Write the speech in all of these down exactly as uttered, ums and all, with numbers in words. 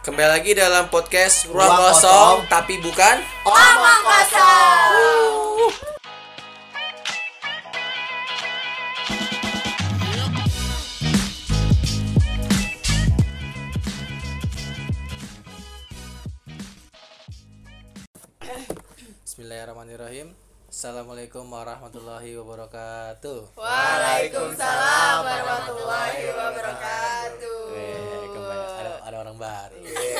Kembali lagi dalam podcast Ruang, Ruang Kosong, Kosong. tapi bukan Omong kosong. Bismillahirrahmanirrahim. Assalamualaikum warahmatullahi wabarakatuh. Waalaikumsalam warahmatullahi wabarakatuh. Weh, kembali ada, ada orang baru.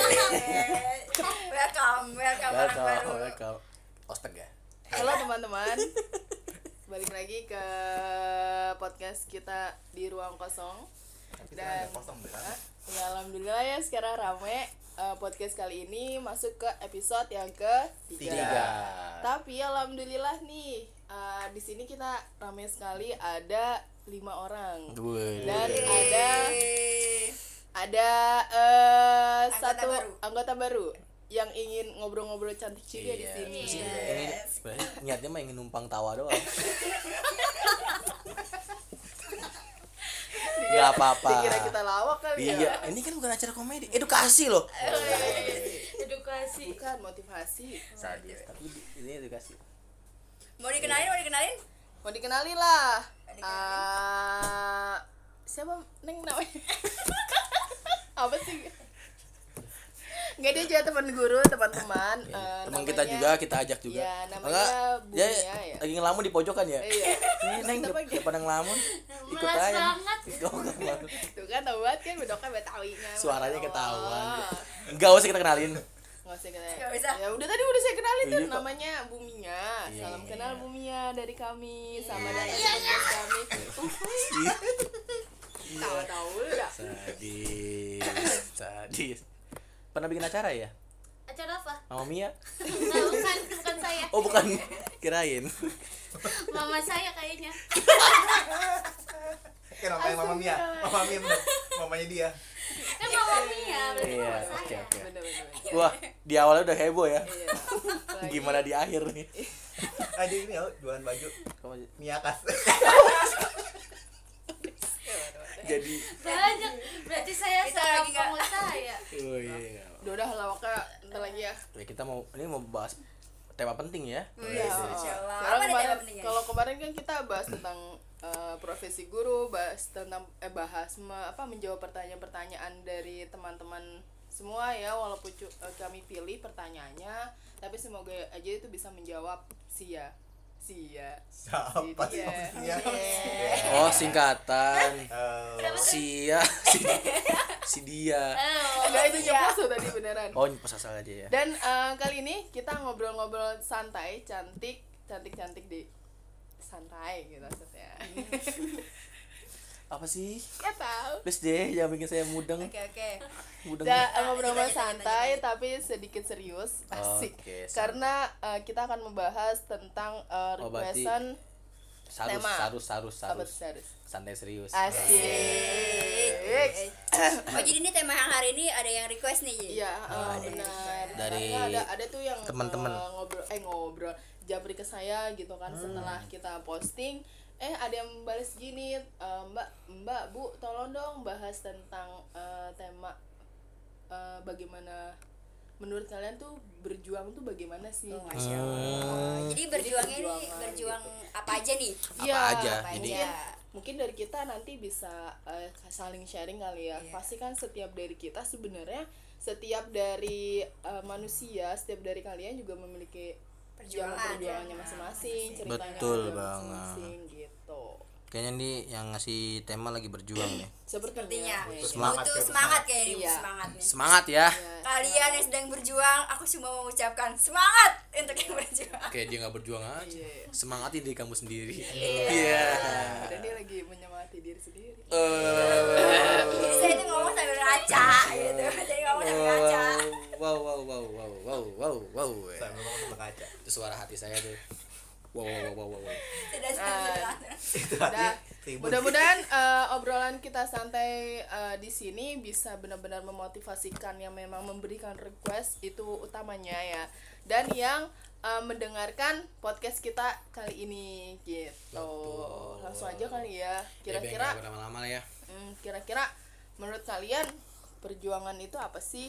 Welcome, welcome orang baru. Welcome, welcome. Ospek ya. Halo teman-teman, balik lagi ke podcast kita di Ruang Kosong. Dan Hah? Ya alhamdulillah ya sekarang rame. Uh, podcast kali ini masuk ke episode yang ketiga. Tiga. Tapi alhamdulillah nih uh, di sini kita rame sekali, ada lima orang. Wih. Dan ada ada uh, Anggota satu baru. anggota baru yang ingin ngobrol-ngobrol cantik juga di Iya, sini. terus juga ini sebenarnya niatnya mah ingin numpang tawa doang. Gak apa-apa. Dikira kita lawak kali ya. Iya, ini kan bukan acara komedi, edukasi loh. Edukasi. Bukan motivasi. Sadis, tapi ini edukasi. Mau dikenalin, mau dikenalin? Mau dikenalin lah. Dikenalin. Ah, siapa Neng namanya? Apa sih? Enggak, dia juga teman guru, teman-teman. Ya, Eh, teman namanya- kita juga, kita ajak juga. Ya, namanya Enggak, Bu dia Mia ya. lagi ngelamun di pojokan ya. Iya. Ini Neng Kenapa dia pada ngelamun. Ikut Malas aja. banget. Ikut banget. Tuh kan tahu banget kan bedoknya Betawinya. Suaranya Oh. ketahuan. Enggak usah kita kenalin. Nggak usah kenal. Nggak usah. Ya udah tadi udah saya kenalin tuh, Iya, Pak. namanya Bu Mia. Iya, Salam iya, kenal iya. Bu Mia dari kami sama Iya, dari iya, podcast kami. Tahu-tahu lu dah. Sadis. Sadis. Pernah bikin acara ya? Acara apa? Mama Mia? Nah, bukan, bukan saya. Oh, bukan. Kirain. Mama saya kayaknya. Kan namanya Mama Mia. Mama Mia bener. Mamanya dia. Kan Mama Mia, berarti Iya, mama oke saya. oke. Bener-bener. Wah, di awalnya udah heboh ya. Iya. Lagi- Gimana di akhir nih? Ada ini ya, jualan baju Mia Kas. Jadi Banyak. Berarti saya Kita salah lagi nggak- pengusaha ya. oh iya. Udah udah lawaknya ntar lagi ya. Ya, kita mau ini mau bahas tema penting ya. Iya, Insya Allah. Karena Apa nih tema kemarin, pentingnya? kalau kemarin kan kita bahas tentang eh, profesi guru, bahas tentang eh bahas me- apa menjawab pertanyaan-pertanyaan dari teman-teman semua ya, walaupun cu- eh, kami pilih pertanyaannya, tapi semoga aja itu bisa menjawab sia sia Siapa sih maksudnya? Oh, singkatan. Eh, Sia, si, si dia. Oh, Enggak, itu Iya. nyepos tadi beneran. Oh, pas asal aja ya. Dan eh, kali ini kita ngobrol-ngobrol santai, cantik, cantik-cantik di santai gitu maksudnya. Apa sih? Ya tahu. Please deh, jangan bikin saya mudeng. Oke, oke. Mudeng. Da, eh, ngobrol-ngobrol Lanjut, lanjut, santai lanjut. tapi sedikit serius, asik. Oke, santai. Karena eh, kita akan membahas tentang eh, Oh, berarti requestan Sarus, tema. sarus, sarus, apa sarus. tuh, serius. Santai serius. Asik. Oh, jadi ini tema yang hari ini ada yang request nih, Ji? Iya, eh, Oh, benar. dari Karena ada ada tuh yang teman-teman. eh, ngobrol eh ngobrol japri ke saya gitu kan Hmm. setelah kita posting, eh ada yang balas gini, eh, Mbak, Mbak, Bu, tolong dong bahas tentang eh, tema eh, bagaimana menurut kalian tuh berjuang tuh bagaimana sih? Oh, Masya Allah. Hmm. Jadi berjuangnya ini perjuangan berjuang apa aja nih? Apa Iya, aja. apa Jadi aja? Mungkin dari kita nanti bisa eh, saling sharing kali ya. Iya. Pasti kan setiap dari kita sebenarnya, setiap dari eh, manusia, setiap dari kalian juga memiliki Perjuangan. jalan perjuangannya masing-masing, ceritanya Betul juga banget. masing-masing gitu. kayaknya nih yang ngasih tema lagi berjuang nih. Sepertinya. Sepertinya. ya. Semangat, Butuh ya, semangat kayaknya nih, Iya. semangat nih. Semangat ya. Ya. Kalian yang sedang berjuang, aku cuma mau mengucapkan semangat untuk yang berjuang. Kayak dia nggak berjuang aja. Iya. Semangati diri kamu sendiri. Iya. Iya. Dan dia lagi menyemangati diri sendiri. Eh. Jadi saya tuh ngomong sambil ngaca gitu. Jadi ngomong sambil ngaca. Wow, wow, wow, wow, wow, wow, wow. Saya ngomong sama kaca. Itu suara hati saya tuh. Wow, wow, wow, wow, wow. Sudah sudah Ah. sudah. Itu Udah. hati ribut. Mudah-mudahan eh, obrolan kita santai eh, di sini bisa benar-benar memotivasikan yang memang memberikan request, itu utamanya ya. Dan yang eh, mendengarkan podcast kita kali ini gitu. Betul. Langsung aja kali ya. Ya, biar Kira-kira nggak berlama-lama lah ya. hmm, kira-kira menurut kalian perjuangan itu apa sih?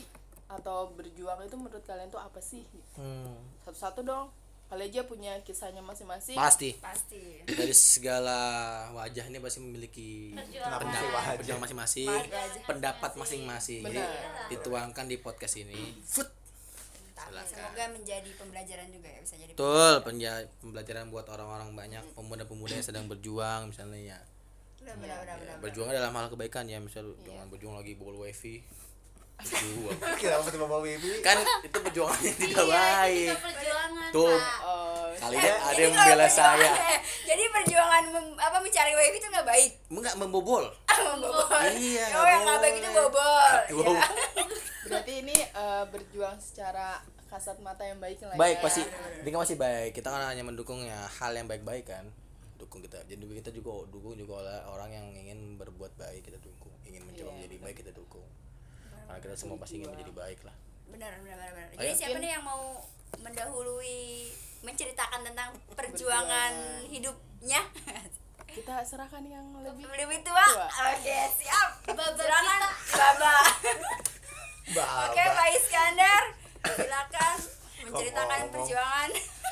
atau berjuang itu menurut kalian tuh apa sih? Hmm. Satu-satu dong. Kalian aja punya kisahnya masing-masing. Pasti Pasti. dari segala wajah ini pasti memiliki Perjuangan. Kenapa sih pendapat wajah? perjuangan masing-masing, Wajah. pendapat masing-masing. Jadi Benar. dituangkan di podcast ini. Foot. Tapi semoga menjadi pembelajaran juga ya, bisa jadi. Betul, penja- pembelajaran buat orang-orang banyak pemuda-pemuda yang sedang berjuang misalnya ya. Benar benar benar benar. Berjuang dalam hal kebaikan ya, misal jangan berjuang lagi bawa wifi. Berjuang. Kira apa tuh bawa baby? Kan itu perjuangan yang tidak Iya, baik. itu juga perjuangan, Tuh. Pak. Oh, Kali Eh, ini ada jadi yang kalau membela perjuangan- saya. Jadi perjuangan mem- apa mencari wifi itu nggak baik. Enggak membobol. Membobol. Iya, Oh yang nggak baik itu bobol. Wow. Ya. berarti ini eh, berjuang secara kasat mata yang baik lah. Baik ya. pasti. Ini kan masih baik. Kita kan hanya mendukung ya hal yang baik-baik kan. Dukung kita. Jadi kita juga dukung juga oleh orang yang ingin berbuat baik, kita dukung. Ingin mencoba Iya, menjadi baik, kita dukung. Karena kita semua pasti ingin menjadi baik lah. Benar benar benar. benar. Ayo. Jadi siapa nih yang mau mendahului menceritakan tentang perjuangan hidupnya? Kita serahkan yang lebih Lebih tua. Tua. Oke, siap. Baba Silakan kita. Baba. Baba. Oke, Pak Iskandar. Silakan menceritakan Ngomong-ngomong. perjuangan.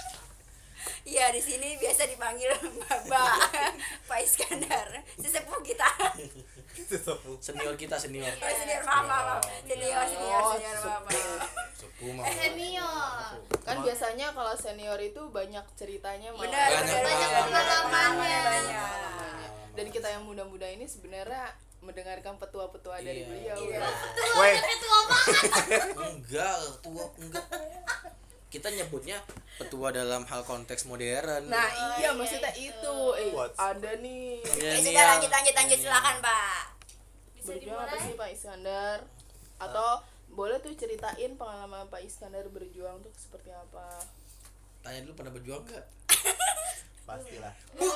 Iya, di sini biasa dipanggil Baba. Pak Iskandar, sesepuh kita. Sesepuh. Senior kita senior. Oh, senior maaf, maaf, maaf. Senior, senior, Oh, senior, maaf, maaf. Sepuh mah. Senior. kan biasanya kalau senior itu banyak ceritanya malah. Benar, Banyak benar, banget. benar, Pengalamannya. banyak. Pengalamannya. Dan kita yang muda-muda ini sebenarnya mendengarkan petua-petua dari Iya. beliau. Iya. ya. Weh, Ketua banget. Enggak, tua enggak. Kita nyebutnya petua dalam hal konteks modern. Nah, Oh, iya iya, maksudnya itu. itu. Eh, What? ada nih. Ya, Ya ini sudah yang- lanjut, lanjut, lanjut. Silakan, Pak. Bisa Berjuang apa dimulai? sih Pak Iskandar? Atau boleh tuh ceritain pengalaman Pak Iskandar berjuang tuh seperti apa? Tanya dulu pernah berjuang enggak? pastilah.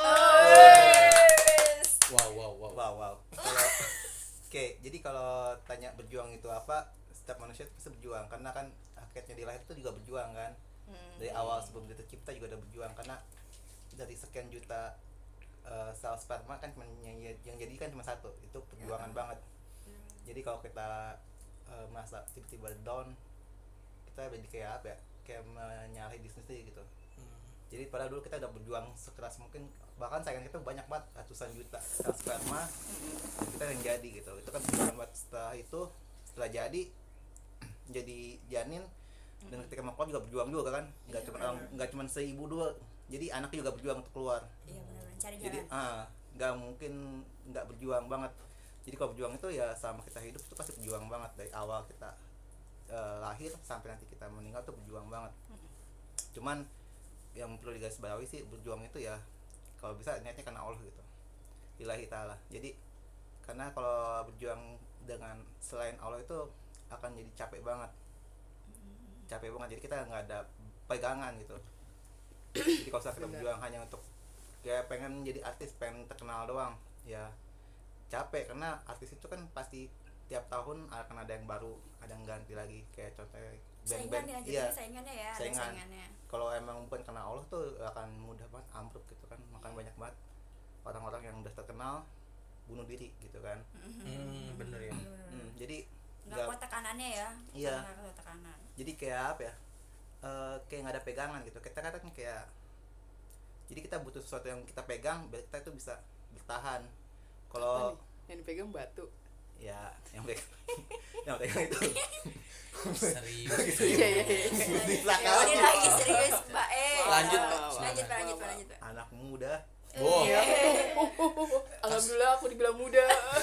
Wow, wow, wow. Wow, wow. Kalau Oke, jadi kalau tanya berjuang itu apa, setiap manusia itu pasti berjuang karena kan hakikatnya di lahir itu juga berjuang kan. Hmm. Dari awal sebelum dia tercipta juga udah berjuang karena dari sekian juta uh, sel sperma kan cuma yang, yang jadi kan cuma satu, itu perjuangan banget. Jadi kalau kita uh, merasa tiba-tiba down, kita jadi kayak apa ya? Kayak menyalahi diri sendiri gitu. Jadi pada dulu kita udah berjuang sekeras mungkin, bahkan saingan kita banyak banget, ratusan juta sel sperma, kita yang jadi gitu. Itu kan perjuangan banget. Setelah itu, setelah jadi jadi janin, dan ketika mau keluar juga berjuang juga kan, nggak cuma nggak cuma seibu dua, jadi anaknya juga berjuang untuk keluar. Iya, benar-benar cari Jadi jalan. ah nggak mungkin nggak berjuang banget. Jadi kalau berjuang itu ya sama kita hidup itu pasti berjuang banget dari awal kita uh, lahir sampai nanti kita meninggal tuh berjuang banget. Cuman yang perlu digarisbawahi sih, berjuang itu ya kalau bisa niatnya karena Allah gitu, lillahi ta'ala. Jadi karena kalau berjuang dengan selain Allah itu akan jadi capek banget, capek banget. Jadi kita nggak ada pegangan gitu. Jadi kalau kita berjuang hanya untuk kayak pengen jadi artis, pengen terkenal doang, ya capek. Karena artis itu kan pasti tiap tahun akan ada yang baru, ada yang ganti lagi. Kayak contohnya Saingan band-band, ya, iya. jadinya saingannya ya, ada Saingan. saingannya. Kalau emang bukan karena Allah tuh akan mudah banget ambruk gitu kan. Makanya banyak banget orang-orang yang udah terkenal bunuh diri gitu kan. Hmm, bener ya. Hmm, jadi Nggak nggak- kuat tekanannya ya. Iya. Nggak kuat tekanan. jadi kayak apa ya, Eh kayak nggak ada pegangan gitu. Kita kadang kayak, jadi kita butuh sesuatu yang kita pegang biar kita itu bisa bertahan. Kalau Yang dipegang batu. ya yang pegang yang pegang itu Serius. Iya iya iya. bisa Ya, ini kali. lagi serius, Mbak. Eh. Lanjut, Pak. Lanjut, Pak, lanjut, Pak, lanjut, Pak. Anak muda. Wow. Iya. Alhamdulillah aku dibilang muda.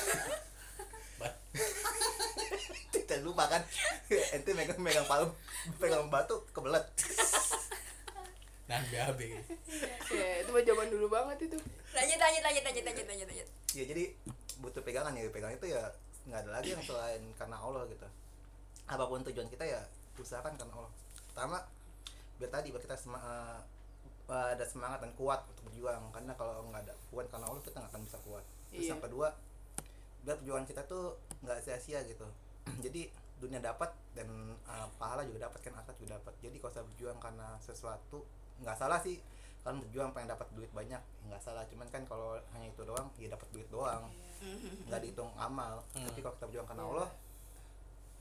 Kita lupa kan, ente megang megang palu, pegang batu kebelet. Nah, B A B. Ya, itu mah zaman dulu banget itu. Lanjut, lanjut, lanjut, lanjut, lanjut, lanjut, lanjut. Ya jadi butuh pegangan, ya pegangan itu ya nggak ada lagi yang selain karena Allah gitu. Apapun tujuan kita ya usahakan karena Allah. Pertama biar tadi biar kita sema, uh, ada semangat dan kuat untuk berjuang, karena kalau nggak ada kuat karena Allah kita nggak akan bisa kuat. Terus Iya. yang kedua biar perjuangan kita tuh nggak sia-sia gitu. Jadi dunia dapat dan uh, pahala juga dapat kan, akhirat juga dapat. Jadi kalau saya berjuang karena sesuatu nggak salah sih, kan berjuang pengen dapat duit banyak nggak salah. Cuman kan kalau hanya itu doang ya dapat duit doang, nggak dihitung amal. Hmm. Tapi kalau kita berjuang karena Allah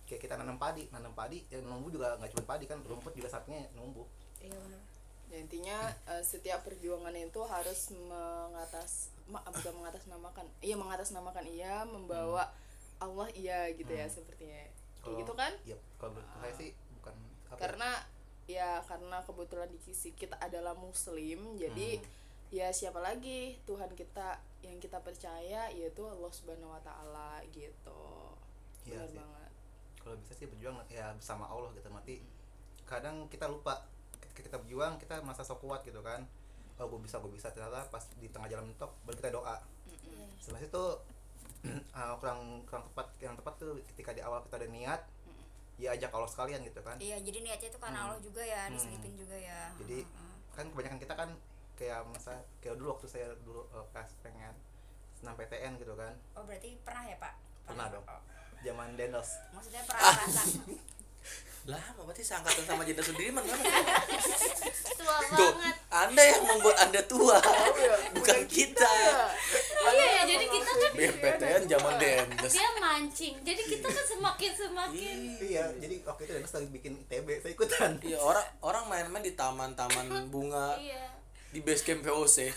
kayak kita nanam padi nanam padi yang numbuh juga nggak cuma padi kan, rumput juga sapinya numbuh. Iya benar. Ya, intinya eh, setiap perjuangan itu harus mengatas ma, bukan mengatasnamakan iya mengatasnamakan iya membawa Allah iya gitu ya sepertinya kayak Kalau- gitu kan. Iya, kalau menurut saya sih bukan apa ya, Karena ya karena kebetulan di kisi kita adalah muslim, jadi ya siapa lagi Tuhan kita yang kita percaya yaitu Allah Subhanahu wa taala gitu. Iya Benar sih. banget. kalau bisa sih berjuang ya bersama Allah gitu, mati kadang kita lupa ketika kita berjuang kita merasa sok kuat gitu kan, oh gue bisa gue bisa ternyata pas di tengah jalan mentok baru kita doa. Sebenarnya itu uh, kurang kurang tepat, yang tepat tuh ketika di awal kita ada niat ya ajak Allah sekalian gitu kan. Iya, jadi niatnya itu karena Hmm. Allah juga ya, Hmm. diselipin juga ya. Jadi Heeh. kan kebanyakan kita kan kayak masa kayak dulu waktu saya dulu uh, pas pengen senam P T N gitu kan, Oh, berarti pernah ya, Pak? Pernah dong. Oh, zaman Dendos. maksudnya pernah rasa. Lama berarti seangkatan sama Jenda Sudirman kan? Tua Tuh, banget. Anda yang membuat Anda tua, bukan kita. Iya ya, jadi kita kan B P T N zaman Dendes. dia mancing. Jadi kita kan semakin semakin Iya, jadi waktu itu Dendos lagi bikin I T B, saya ikutan. Iya, orang orang main-main di taman-taman bunga, iya. di base camp V O C.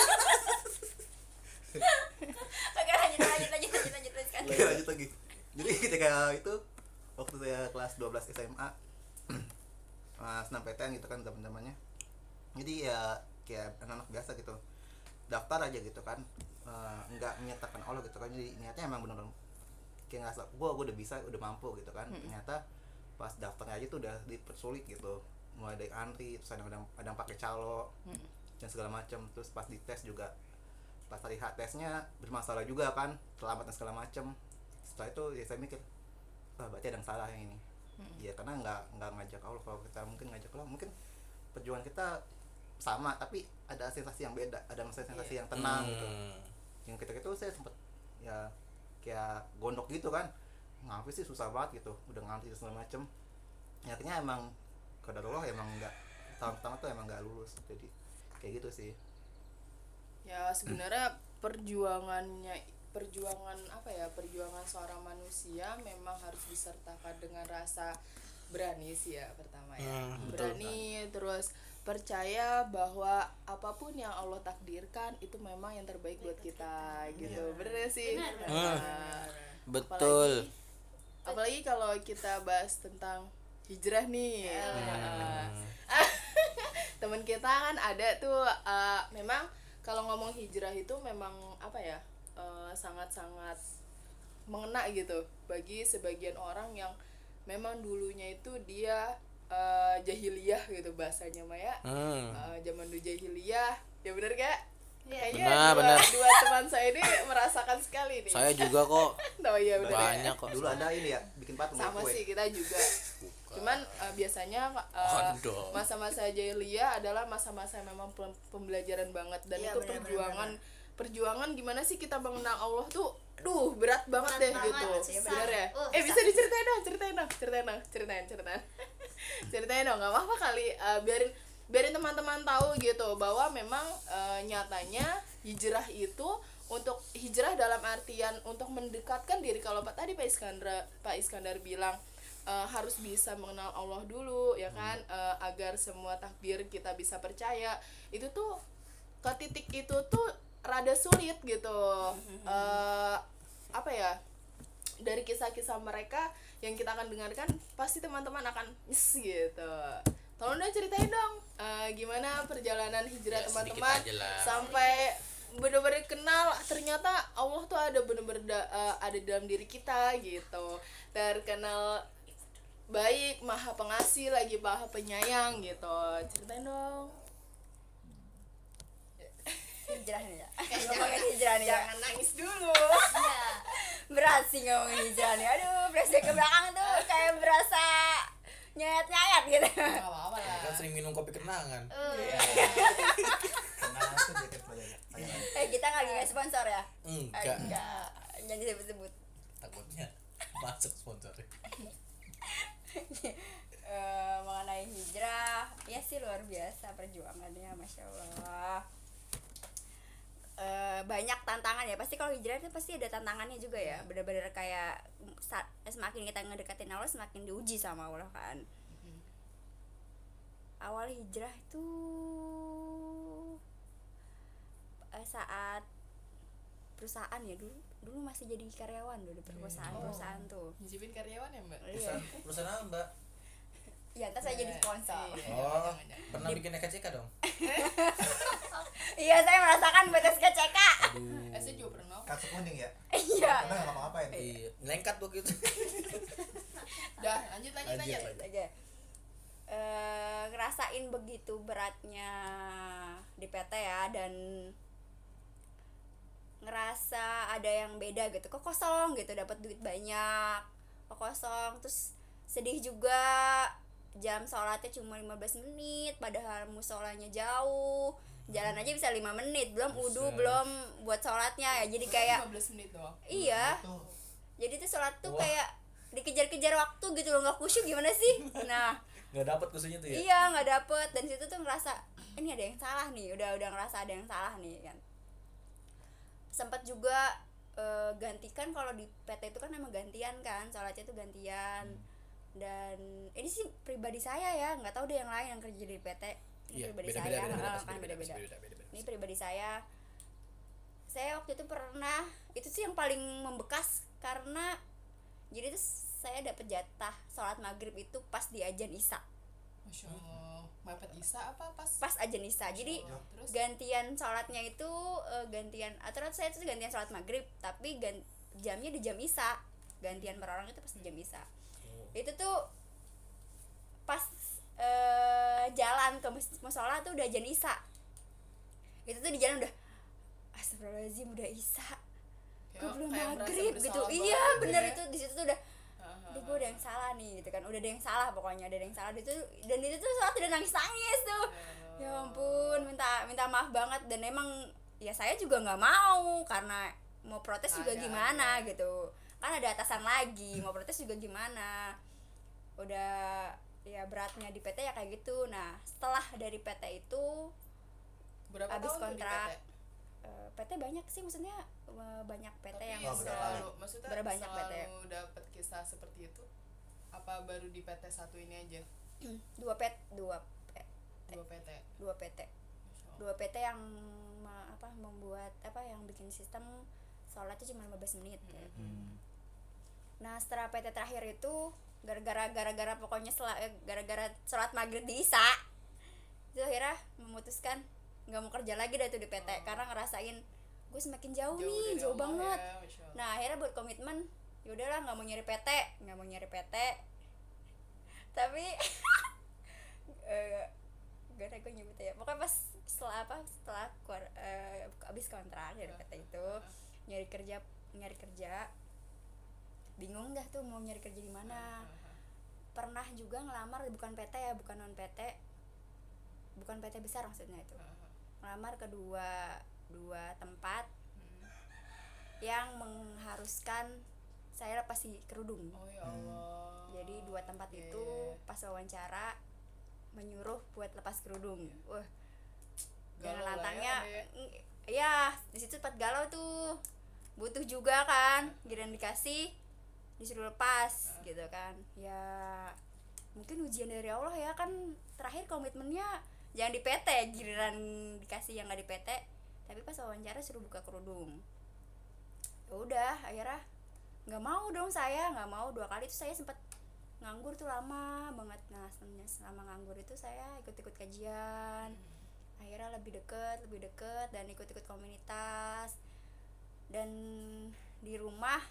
Oke, lanjut lanjut lanjut lanjut lanjut teruskan. Oke, lanjut lagi. Jadi ketika itu waktu saya kelas dua belas S M A uh, senam P T N gitu kan zaman-zamannya. Jadi ya kayak anak-anak biasa gitu. Daftar aja gitu kan. Uh, enggak menyatakan Allah gitu kan. Jadi niatnya emang bener-bener kayak ngerasa gua gua udah bisa, udah mampu gitu kan. Ternyata pas daftarnya aja tuh udah dipersulit gitu. Mulai dari antri, terus ada yang ada yang pakai calo dan segala macam. Terus pas dites juga pas hari H tesnya bermasalah juga kan, terlambat dan segala macam. Setelah itu ya saya mikir, wah berarti ada yang salah yang ini. Ya karena nggak nggak ngajak Allah. Kalau kita mungkin ngajak Allah, mungkin perjuangan kita sama tapi ada sensasi yang beda, ada sensasi yang tenang gitu. Yang ketika itu saya sempet ya kayak gondok gitu kan, ngapain sih susah banget gitu, udah ngantri dan segala macem. Ya, akhirnya emang qadarullah emang nggak, tahun pertama tuh emang nggak lulus, jadi kayak gitu sih. Ya sebenarnya perjuangannya perjuangan apa ya perjuangan seorang manusia memang harus disertakan dengan rasa berani sih ya pertama ya. Hmm, betul. Berani, terus percaya bahwa apapun yang Allah takdirkan itu memang yang terbaik buat kita gitu. Bener gak sih? Benar, benar. Nah, Betul. apalagi, apalagi kalau kita bahas tentang hijrah nih. Nah, temen kita kan ada tuh uh, memang kalau ngomong hijrah itu memang apa ya uh, sangat-sangat mengena gitu bagi sebagian orang yang memang dulunya itu dia uh, jahiliyah gitu bahasanya Maya. Hmm. Uh, zaman dulu jahiliyah ya bener gak? Kayaknya Benar, dua, benar. dua teman saya ini merasakan sekali nih. Saya juga kok Oh iya bener ya. banyak kok. Dulu ada ini ya, bikin patung Sama kue. sih kita juga. Cuman uh, biasanya uh, Aduh. masa-masa jahiliyah adalah masa-masa yang memang pem- pembelajaran banget dan Iya, itu benar, perjuangan perjuangan gimana sih kita mengenal Allah tuh duh berat banget Berat deh banget, gitu. sih, Bener ya? Uh, eh bisa diceritain dong, ceritain dong, ceritain dong, ceritain, ceritain. Ceritain dong, enggak apa-apa kali uh, biarin biarin teman-teman tahu gitu bahwa memang uh, nyatanya hijrah itu untuk hijrah dalam artian untuk mendekatkan diri kalau Pak tadi Pak Iskandar Pak Iskandar bilang uh, harus bisa mengenal Allah dulu ya kan uh, agar semua takdir kita bisa percaya itu tuh ke titik itu tuh rada sulit gitu uh, apa ya dari kisah-kisah mereka yang kita akan dengarkan pasti teman-teman akan yes gitu. Tolong dong ceritain dong uh, gimana perjalanan hijrah Ya, sedikit teman-teman aja lah. sampai bener-bener kenal ternyata Allah tuh ada bener-bener da- uh, ada di dalam diri kita gitu, terkenal baik, maha pengasih lagi maha penyayang gitu. Ceritain dong. Hijrah nih ya. Ngomongin hijrah nih ya. Jangan nangis dulu. Iya. Berat sih ngomongin hijrah nih. Aduh, flashback ke belakang tuh kayak berasa nyayat-nyayat gitu. Gak apa-apa lah. Kan sering minum kopi kenangan. Kenal tuh dia kan pelajaran. Eh, kita lagi nggak sponsor ya? Enggak. Enggak. Jangan disebut-sebut. Takutnya masuk sponsornya. Eh, mengenai hijrah, ya sih luar biasa perjuangannya, masya Allah. Eh, banyak tantangan ya, pasti kalau hijrah itu pasti ada tantangannya juga ya, bener-bener kayak sa- semakin kita ngedekatin Allah semakin diuji sama Allah kan. Awal hijrah itu eh, saat perusahaan ya, dulu dulu masih jadi karyawan dulu di perusahaan Oh. perusahaan tuh. Nyicipin karyawan ya mbak? Iya. Perusahaan, perusahaan apa mbak? Iya, ntar saya jadi sponsor. Iya, Oh, jangan, jangan. pernah bikin E K C K dong? Iya, saya merasakan B T S K C K. Aduh. Eh, saya juga pernah. Kartu kuning ya. Iya. Karena nggak ngapa-ngapain. Iya, lengkat begitu. Dah, lanjut lanjut Lanjut, lanjut. lanjut. Aja. Eh, ngerasain begitu beratnya di P T ya, dan ngerasa ada yang beda gitu, kok kosong gitu, dapat duit banyak kok kosong, terus sedih juga, jam sholatnya cuma lima belas menit padahal musolanya jauh, jalan aja bisa lima menit, belum wudu, Buset. belum buat sholatnya ya, jadi kayak lima belas menit doang. iya, Itu jadi tuh sholat tuh Wah. kayak dikejar-kejar waktu gitu loh, nggak khusyuk gimana sih. Nah Nggak dapat kusunya tuh ya? iya, nggak dapet, dan situ tuh ngerasa ini ada yang salah nih, udah udah ngerasa ada yang salah nih kan. Sempat juga eh, gantikan, kalau di P T itu kan emang gantian kan, sholatnya itu gantian. Dan ini sih pribadi saya ya, nggak tahu deh yang lain yang kerja di P T. Ini Iya, pribadi beda-beda, saya, beda-beda, eh, pasti kan beda-beda, beda-beda. pasti beda-beda. Ini pribadi saya. Saya waktu itu pernah, itu sih yang paling membekas, karena jadi tuh saya dapet jatah sholat maghrib itu pas di ajan isya, Masya Allah. Mepet Isa apa pas? pas ajan isya. Jadi Masya Allah. Terus gantian sholatnya itu eh, gantian aturan saya itu gantian sholat maghrib, tapi gan- jamnya di jam isya, gantian per orang itu pas di jam isya. Itu tuh pas eh, jalan ke mus- musola tuh udah ajan isya, itu tuh di jalan udah astagfirullahaladzim, udah isya, gue Kayak- belum kayak merasa maghrib gitu. bersalah Iya banget bener, ya. itu di situ tuh udah Ah, aduh gue ada yang salah nih gitu kan, udah ada yang salah, pokoknya ada yang salah itu. Dan itu tuh sholat udah nangis nangis tuh, ya ampun, minta minta maaf banget. Dan emang ya saya juga nggak mau, karena mau protes juga Ada, gimana ada. gitu kan, ada atasan lagi, mau protes juga gimana, udah ya beratnya di P T ya kayak gitu. Nah setelah dari P T itu berapa habis tahun tuh di kontrak, P T? eh, P T banyak sih, maksudnya eh, banyak P T Tapi yang Oh, berapa selalu, kali? maksudnya berbanyak P T. selalu dapat kisah seperti itu? Apa baru di P T satu ini aja? dua P dua P Dua P T. dua P T Masya Allah. dua P T yang ma- apa membuat apa yang bikin sistem sholatnya cuma lima belas menit ya. Hmm. Nah setelah P T terakhir itu gara-gara gara-gara pokoknya sela- eh, gara-gara sholat maghrib di Isya itu akhirnya memutuskan nggak mau kerja lagi dah tuh di P T, karena ngerasain gue semakin jauh, Jauh nih dari jauh Allah banget. ya, Masya Allah. Nah akhirnya buat komitmen, yaudahlah nggak mau nyari P T, nggak mau nyari P T. Tapi eh, gak ada gue nyebut ya, pokoknya pas setelah apa setelah keluar eh, abis kontrak dari P T itu nyari kerja nyari kerja bingung dah tuh mau nyari kerja di mana. Pernah juga ngelamar, bukan P T ya, bukan non P T, bukan P T besar maksudnya itu, ngelamar ke dua dua tempat yang mengharuskan saya lepas di kerudung. Oh ya Allah. Jadi dua tempat Oke. itu pas wawancara menyuruh buat lepas kerudung. Wah, jangan Galau lah ya, lantangnya, Ade ya. ng- ya di situ tempat galau tuh, butuh juga kan, giliran dikasih disuruh lepas gitu kan. Ya mungkin ujian dari Allah ya kan, terakhir komitmennya jangan di P T, giliran dikasih yang nggak di P T, tapi pas wawancara suruh buka kerudung. Ya udah akhirnya nggak mau dong, saya nggak mau. Dua kali tuh saya sempat nganggur tuh lama banget. Nah selama nganggur itu saya ikut-ikut kajian, akhirnya lebih deket lebih deket dan ikut-ikut komunitas. Dan di rumah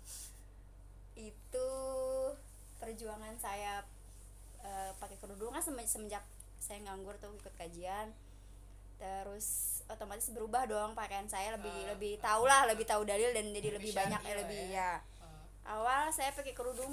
itu perjuangan saya eh, pakai kerudung kan semen- semenjak saya nganggur tuh ikut kajian, terus otomatis berubah dong pakaian saya, lebih Ah, lebih tahu lah, lebih tahu dalil, dan jadi Lebih lebih banyak syar'i ya lah lebih ya. ya. Ah, Awal saya pakai kerudung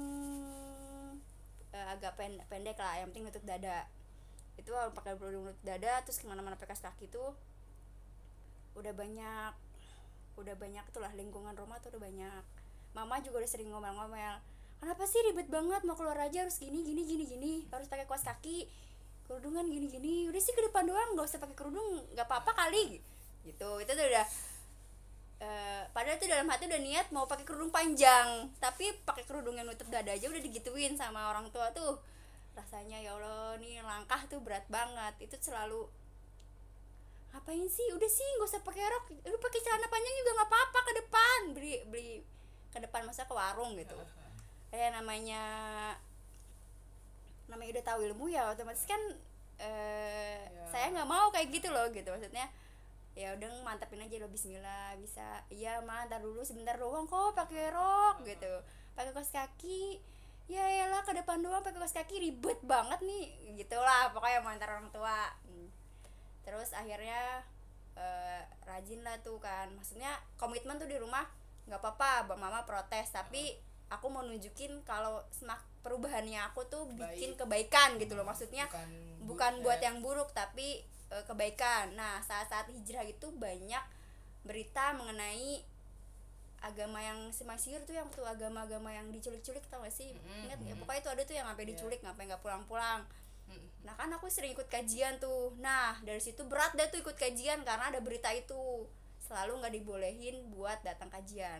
eh, agak pen- pendek lah, yang penting nutup dada. Itu awal pakai kerudung nutup dada, terus kemana-mana pakai kaos kaki tuh udah banyak udah banyak tuh lah, lingkungan rumah tuh udah banyak. Mama juga udah sering ngomel-ngomel, kenapa sih ribet banget, mau keluar aja harus gini gini gini gini, harus pakai kaos kaki, kerudungan gini gini, udah sih ke depan doang, nggak usah pakai kerudung, nggak apa-apa kali gitu. Itu tuh udah uh, padahal tuh dalam hati udah niat mau pakai kerudung panjang, tapi pakai kerudung yang nutup dada aja udah digituin sama orang tua tuh. Rasanya ya Allah nih langkah tuh berat banget. Itu selalu ngapain sih, udah sih nggak usah pakai rok, lu pakai celana panjang juga nggak apa-apa, ke depan beli beli ke depan, masa ke warung gitu. Kayak namanya namanya udah tahu ilmu ya otomatis kan eh, Ya. saya nggak mau kayak gitu loh gitu, maksudnya ya udah mantapin aja lo, bismillah bisa, iya mah ntar dulu sebentar doang kok pakai rok gitu, pakai kaos kaki ya elah ke depan doang pakai kaos kaki ribet banget nih gitulah pokoknya mau antar orang tua. Hmm. Terus akhirnya eh, rajin lah tuh kan, maksudnya komitmen tuh di rumah nggak apa-apa, Bang Mama protes tapi aku mau nunjukin kalau semak perubahannya aku tuh bikin Baik. kebaikan gitu loh, maksudnya bukan bukan bu- buat eh, yang buruk tapi e, kebaikan. Nah saat-saat hijrah itu banyak berita mengenai agama yang semasiur tuh, yang tuh agama-agama yang diculik-culik, tau gak sih? Mm-mm. Ingat ya, pokoknya itu ada tuh yang sampai Iya. diculik, ngapain nggak pulang-pulang. Mm. Nah kan aku sering ikut kajian tuh, nah dari situ berat dah tuh ikut kajian karena ada berita itu, selalu nggak dibolehin buat datang kajian.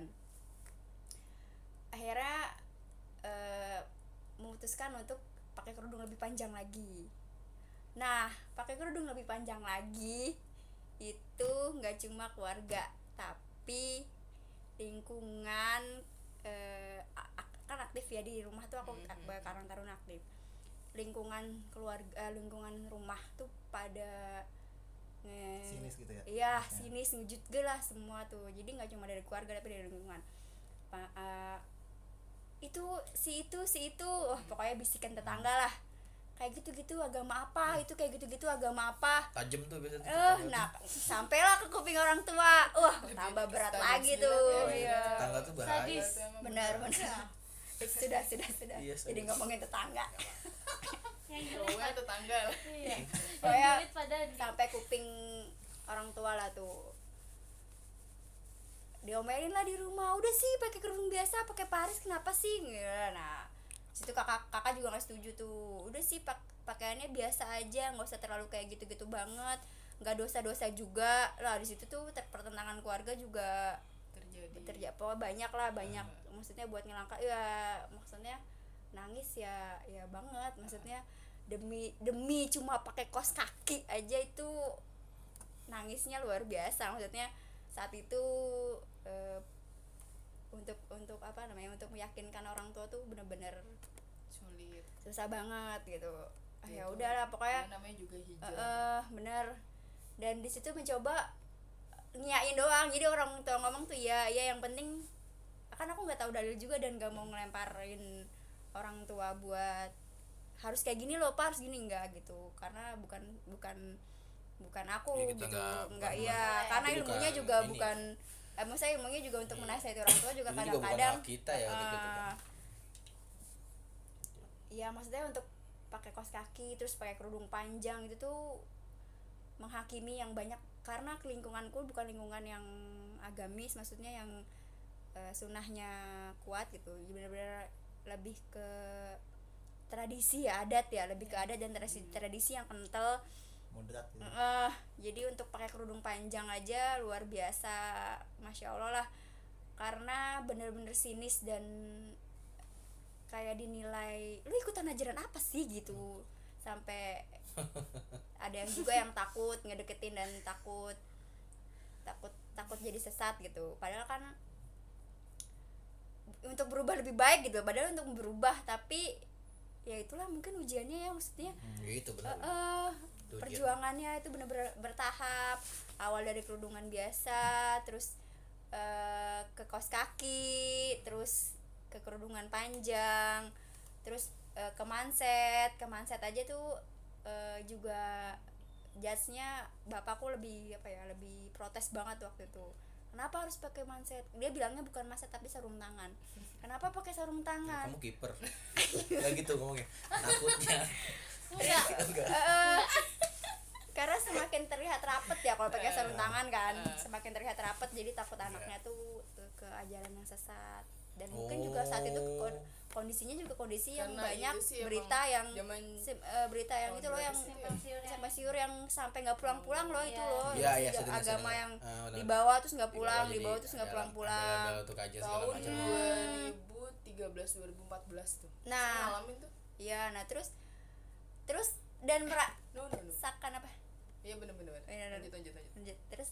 Akhirnya eh, memutuskan untuk pakai kerudung lebih panjang lagi. Nah pakai kerudung lebih panjang lagi itu nggak cuma keluarga tapi lingkungan, eh, a- a- kan aktif ya di rumah tuh aku Mhm. ak- Karang Taruna aktif, lingkungan keluarga, eh, lingkungan rumah tuh pada nge- Sinis gitu ya. iya Ya. sinis ngejut ge lah semua tuh, jadi nggak cuma dari keluarga tapi dari lingkungan. Pa- eh, itu si itu si itu wah pokoknya bisikan tetangga lah, kayak gitu-gitu agama apa, itu kayak gitu-gitu agama apa. Tajam tuh biasa tuh Eh, tetangga tuh. nah sampailah ke kuping orang tua, wah tambah berat Standar lagi sembilan tuh. ya, Iya. tetangga tuh bahaya. Sadis. Itu emang Benar benar. sudah sudah sudah. Iya, Jadi sadis. ngomongin tetangga. Yang cowoknya tetangga lah. Iya. Oh ya, Yang pada sampai kuping orang tua lah tuh. Diomelin lah di rumah, udah sih pakai kerudung biasa, pakai paris kenapa sih? Nah situ kakak kakak juga nggak setuju tuh, udah sih pak pakaiannya biasa aja, nggak usah terlalu kayak gitu-gitu banget, nggak dosa-dosa juga lah. Di situ tuh ter- pertentangan keluarga juga Terjadi. terjadi, pokoknya banyak lah, banyak maksudnya buat ngelangka ya, maksudnya nangis ya ya banget, maksudnya demi demi cuma pakai kaos kaki aja itu nangisnya luar biasa, maksudnya saat itu eh, untuk untuk apa namanya, untuk meyakinkan orang tua tuh bener-bener Sulit. susah banget gitu. Ah, ya Gitu. udahlah pokoknya Ya, namanya juga hijau. eh eh, bener. Dan di situ mencoba ngiyain doang, jadi orang tua ngomong tuh ya ya yang penting, kan aku nggak tahu dalil juga dan nggak mau ngelemparin orang tua buat harus kayak gini loh pak, harus gini, enggak gitu, karena bukan bukan bukan aku Ya, kita gitu, nggak- enggak bukan- iya, karena itu ilmunya bukan juga ini. bukan eh, maksudnya ilmunya juga untuk menasihati orang tua juga Itu juga bukan kadang-kadang hak kita ya, untuk gitu kan. eh, ya maksudnya untuk pakai kaos kaki terus pakai kerudung panjang itu tuh menghakimi yang banyak, karena ke lingkunganku bukan lingkungan yang agamis, maksudnya yang eh, sunnahnya kuat gitu, benar-benar lebih ke tradisi ya, adat ya, lebih ke adat dan tradisi tradisi yang kental. Moderat gitu. Eh, jadi untuk pakai kerudung panjang aja luar biasa, masya Allah lah, karena bener-bener sinis dan kayak dinilai lu ikutan ajaran apa sih gitu, sampai ada yang juga yang takut ngedeketin dan takut takut takut jadi sesat gitu, padahal kan untuk berubah lebih baik gitu, padahal untuk berubah, tapi ya itulah mungkin ujiannya ya, maksudnya Ya itu benar. Eh, eh, Itu ujian. perjuangannya itu benar-benar bertahap, awal dari kerudungan biasa, terus eh, ke kaos kaki, terus ke kerudungan panjang, terus eh, ke manset, ke manset aja tuh eh, juga judge-nya bapakku lebih apa ya, lebih protes banget waktu itu. Kenapa harus pakai manset? Dia bilangnya bukan manset tapi sarung tangan. Kenapa pakai sarung tangan? Kamu kiper. Enggak gitu ngomongnya. Takutnya. enggak. Enggak. Eh, karena semakin terlihat rapet ya kalau pakai sarung tangan kan, semakin terlihat rapet, jadi takut anaknya tuh ke, ke ajaran yang sesat. Dan mungkin juga saat itu kon- kondisinya juga kondisi yang Karena banyak itu sih berita emang yang zaman- sim- eh, berita yang itu loh yang Simpang siur ya. sampai siur yang sampai nggak pulang-pulang loh itu Iya. loh. Iya, iya, Tiga saya dengar, saya agama dengar. yang Ah, benar. dibawa terus nggak Di pulang, bawah dibawa jadi terus nggak ada- pulang-pulang. ada untuk kajian segala tahun macam. dua ribu tiga belas dua ribu empat belas tuh. Nah. Saya ngalamin tuh. Iya, nah terus terus dan No, no, no. merasakan apa? Iya benar-benar. Bener, bener. Lanjut lanjut lanjut. Lanjut. Terus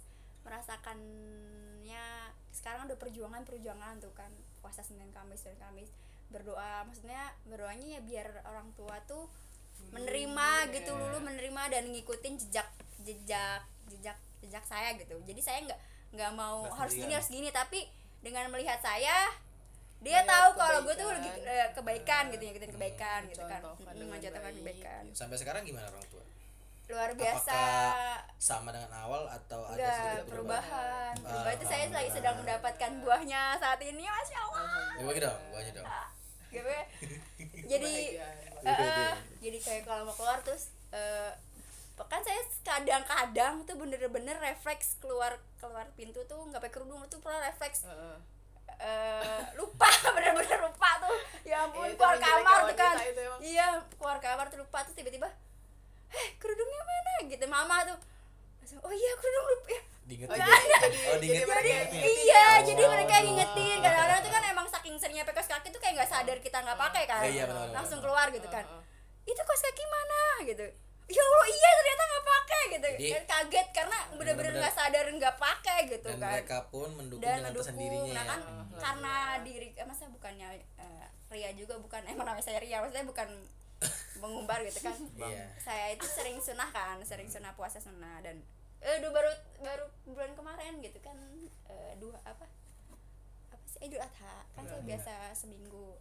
merasakannya sekarang udah perjuangan-perjuangan tuh kan, puasa Senin Kamis dan Kamis, berdoa, maksudnya berdoanya ya biar orang tua tuh menerima gitu ya. dulu, menerima dan ngikutin jejak jejak jejak jejak saya gitu. Jadi saya nggak nggak mau Nggak harus gini sendirian. harus gini, tapi dengan melihat saya dia Melihat tahu kalau gue tuh kebaikan. lagi eh, kebaikan gitu, ngikutin kebaikan gitu kan, Mencontohkan Mm, dengan mencontohkan baik, kebaikan. gitu. Sampai sekarang gimana orang tua? Luar biasa. Apakah sama dengan awal atau ada Enggak, sedikit perubahan. perubahan? Perubahan itu saya lagi sedang mendapatkan buahnya saat ini, Masya Allah. Ya, bagi dong, buahnya dong. Gitu ya. Jadi Kebahagiaan. eh, eh, jadi kayak kalau mau keluar terus eh, kan saya kadang-kadang tuh bener-bener refleks keluar keluar pintu tuh nggak pakai kerudung, itu pernah refleks Heeh. eh, lupa bener-bener lupa tuh, ya ampun, Itu keluar menjelek kamar kawan tuh kan, kita itu emang. iya keluar kamar tuh lupa, terus tiba-tiba eh kerudungnya mana gitu, mama tuh langsung, oh iya kerudung lupa ya. Diingetin. Oh, jadi- Oh, jadi diingetin. mereka Jadi ingetin. iya, Oh. jadi mereka yang ngingetin. Kadang-kadang tuh kan emang saking seringnya pakai kaos kaki tuh kayak nggak sadar kita nggak pakai kan. Iya, iya, benar, benar, Langsung benar. keluar gitu kan. Heeh. Itu kaos kaki mana gitu. Ya Allah, iya ternyata nggak pakai gitu. Jadi- Dan kaget karena bener-bener Benar-benar. nggak sadar nggak pakai gitu Dan kan. mereka pun mendukung Dan dengan mendukung. tersendirinya Nah ya. kan Hmm. karena diri eh, masa bukannya eh, Ria juga bukan emang namanya saya Ria, maksudnya bukan mengumbar gitu kan. Iya. Saya itu sering sunah kan, sering sunah puasa sunah, dan eh duh, baru baru bulan kemarin gitu kan, eh, dua apa apa sih Idul Adha kan, saya Iya. biasa seminggu.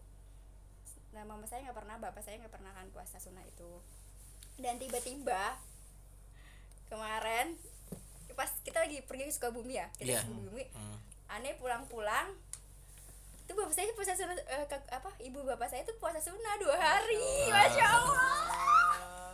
Nah mama saya nggak pernah, bapak saya nggak pernah kan puasa sunah itu. Dan tiba-tiba kemarin pas kita lagi pergi ke Sukabumi ya, kita Iya. ke Sukabumi, Hmm. aneh pulang-pulang itu bapak saya puasa sunah, eh, ke- apa ibu bapak saya tuh puasa sunah dua hari, masya Allah.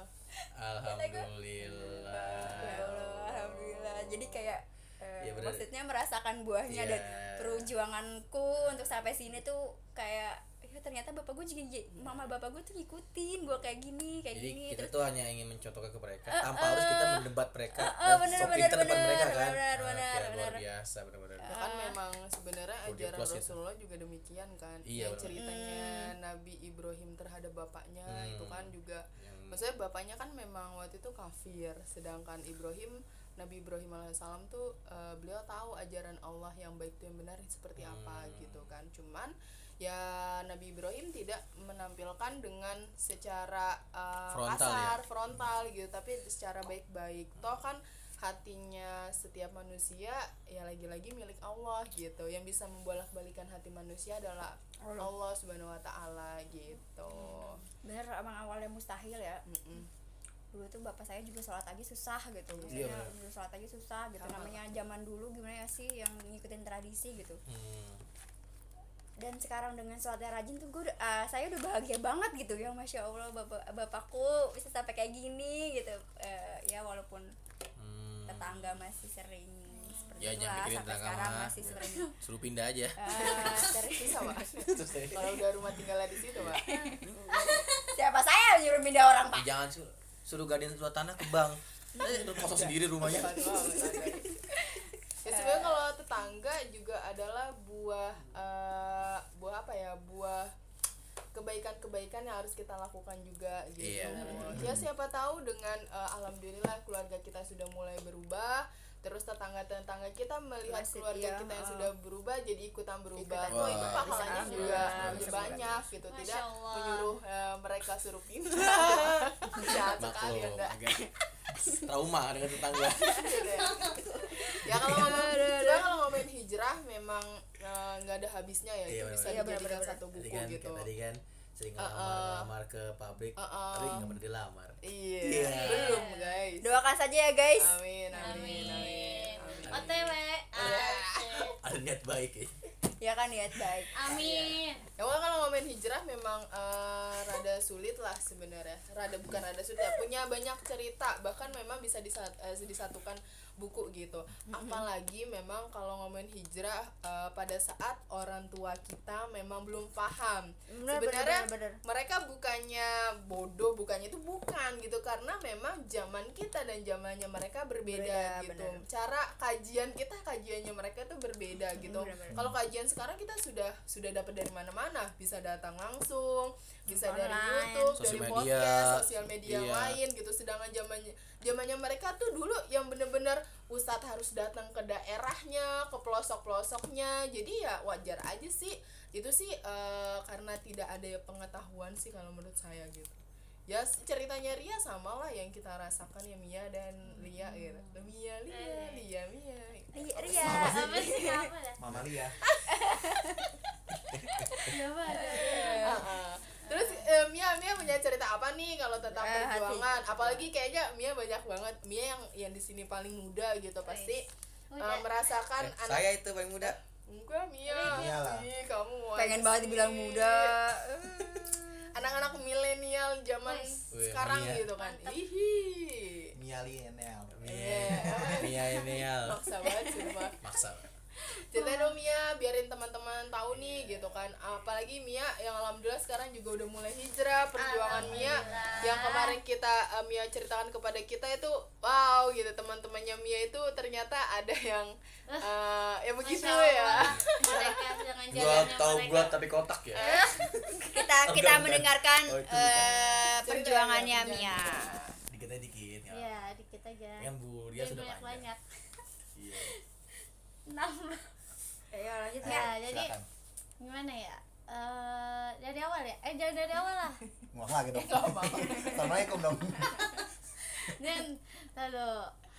Alhamdulillah. Ya Allah, alhamdulillah. Jadi kayak eh, Iya, bener. maksudnya merasakan buahnya, Iya. dan perjuanganku untuk sampai sini tuh kayak ya ternyata bapak gue juga, mama bapak gue tuh ngikutin gue kayak gini kayak Jadi gini kita terus tuh hanya ingin mencontohkan ke mereka Eh, tanpa eh. harus kita mendebat mereka Eh, eh, dan bener, sok bener, pintar depan bener, mereka kan. bener, Nah, bener, kayak luar bener. biasa benar-benar. Ya kan memang sebenarnya Audio ajaran plus gitu. Rasulullah juga demikian kan. Iya, yang benar. ceritanya Nabi Ibrahim terhadap bapaknya Hmm. itu kan juga, Yang- maksudnya bapaknya kan memang waktu itu kafir, sedangkan Ibrahim, Nabi Ibrahim alaihissalam tuh eh, beliau tahu ajaran Allah yang baik dan benar seperti apa Hmm. gitu kan. Cuman ya Nabi Ibrahim tidak menampilkan dengan secara eh, Frontal, kasar, ya? frontal gitu, tapi secara baik-baik. Toh kan hatinya setiap manusia ya lagi-lagi milik Allah gitu. Yang bisa membolak-balikan hati manusia adalah Allah. Allah Subhanahu wa taala gitu. bener, emang awalnya mustahil ya. Mm-mm. Dulu tuh bapak saya juga sholat pagi susah gitu, Iya, maksudnya bener. dulu sholat pagi susah gitu, Sama. namanya zaman dulu gimana ya sih yang ngikutin tradisi gitu. Hmm. Dan sekarang dengan sholatnya rajin tuh gue udah- ah, saya udah bahagia banget gitu ya, masya Allah, bapak bapakku bisa sampai kayak gini gitu. Eh, ya walaupun Hmm. tetangga masih sering seperti Ya itu jangan lah, mikirin sampai tetangga sekarang mah. masih sering Suruh pindah aja. eh, sering Sama. Kalau udah rumah tinggalnya di situ, Pak. siapa saya nyuruh pindah orang, Ya, Pak? jangan suruh suruh gadein sebelah tanah ke bank. Eh, itu kosong sendiri rumahnya. Aduh, aduh, aduh. Ya sebenarnya kalau tetangga juga adalah buah eh, buah apa ya, buah kebaikan-kebaikan yang harus kita lakukan juga gitu. Iya. Ya siapa tahu dengan eh, alhamdulillah keluarga kita sudah mulai berubah, terus tetangga-tetangga kita melihat Masih, keluarga iya, kita yang uh. sudah berubah jadi ikutan berubah. Ikutan Oh itu berubah. pahalanya Bisa, juga bisa, lebih bisa, banyak gitu. Masya Tidak Allah. menyuruh eh, mereka suruh pindah. Jahat sekali Maklum, Anda. agak trauma dengan tetangga. Ya kalau ngomong coba kalau ngomongin hijrah memang eh, nggak ada habisnya ya, Iya, itu bisa benar-benar. Iya, dijadikan benar-benar. satu Tadi buku kan gitu. kayak tadi kan sering Uh-uh. ngelamar ngelamar ke pabrik, Uh-uh. tapi nggak pernah dilamar. Iya, Iya. belum guys. Doakan saja ya guys. Amin, amin, amin. Amin. amin. O T W. Iya. Asik. Ada niat baik ya. Ya kan niat baik. Amin. Ya well, kalau ngomongin hijrah memang eh, rada sulit lah sebenarnya. Rada bukan rada sulit ya, punya banyak cerita, bahkan memang bisa disat, eh, disatukan buku gitu. Apalagi memang kalau ngomongin hijrah eh, pada saat orang tua kita memang belum paham. Bener, Sebenarnya bener, bener, bener. mereka bukannya bodoh, bukannya itu bukan gitu, karena memang zaman kita dan zamannya mereka berbeda Berbeda, gitu. bener. Cara kajian kita, kajiannya mereka tuh berbeda gitu. Bener, bener. Kalau kajian sekarang kita sudah sudah dapat dari mana-mana, bisa datang langsung, bisa dari Online. YouTube, Sosial dari media. podcast, sosial media Iya. lain gitu. Sedangkan zamannya zamannya mereka tuh dulu yang bener-bener ustadz harus datang ke daerahnya, ke pelosok-pelosoknya. Jadi ya wajar aja sih. Itu sih eh, karena tidak ada pengetahuan sih kalau menurut saya gitu. Ya ceritanya Ria sama lah yang kita rasakan ya, Mia dan Lia gitu. Mia, Lia, Lia, Mia. Iya, Ria. Apa sih apa dah? Mama Lia. Siapa ada? Heeh. Terus eh, Mia Mia punya cerita apa nih kalau tentang Eh, perjuangan? Apalagi kayaknya Mia banyak banget. Mia yang yang di sini paling muda gitu pasti eh, Udah. merasakan Eh, anak. saya itu paling muda. Enggak Mia. Mia lah. Ih, kamu Pengen aja banget sih. dibilang muda. Anak-anak milenial zaman Wes. Wih, sekarang Mia. gitu kan. Mantap. Ihi. Mia Lionel. Iya. Mia ini ya. Maksa banget sumpah. Maksa. Ceritain dong Mia, biarin teman-teman tahu nih gitu kan. Apalagi Mia yang alhamdulillah sekarang juga udah mulai hijrah. Perjuangan Mia Alhamdulillah. yang kemarin kita uh, Mia ceritakan kepada kita itu wow gitu, teman-temannya Mia itu ternyata ada yang uh, ya begitu Masya Allah. ya. Mereka dengan Gua jalannya tahu mereka. bulat tapi kotak ya. Kita Oh, kita bukan. mendengarkan Oh, itu eh, Cerita perjuangannya ya, Mia. Dikit aja dikit. ya. Iya, dikit aja. Kan Bu dia Jangan sudah banyak panjang. banyak. Iya. Nambah. Ayo lanjut Ya, ya. jadi Silakan. gimana ya? Eh dari awal ya? Eh jangan dari awal lah. Ngulang lagi dong. Gak apa-apa. Assalamualaikum dong. Dan lalu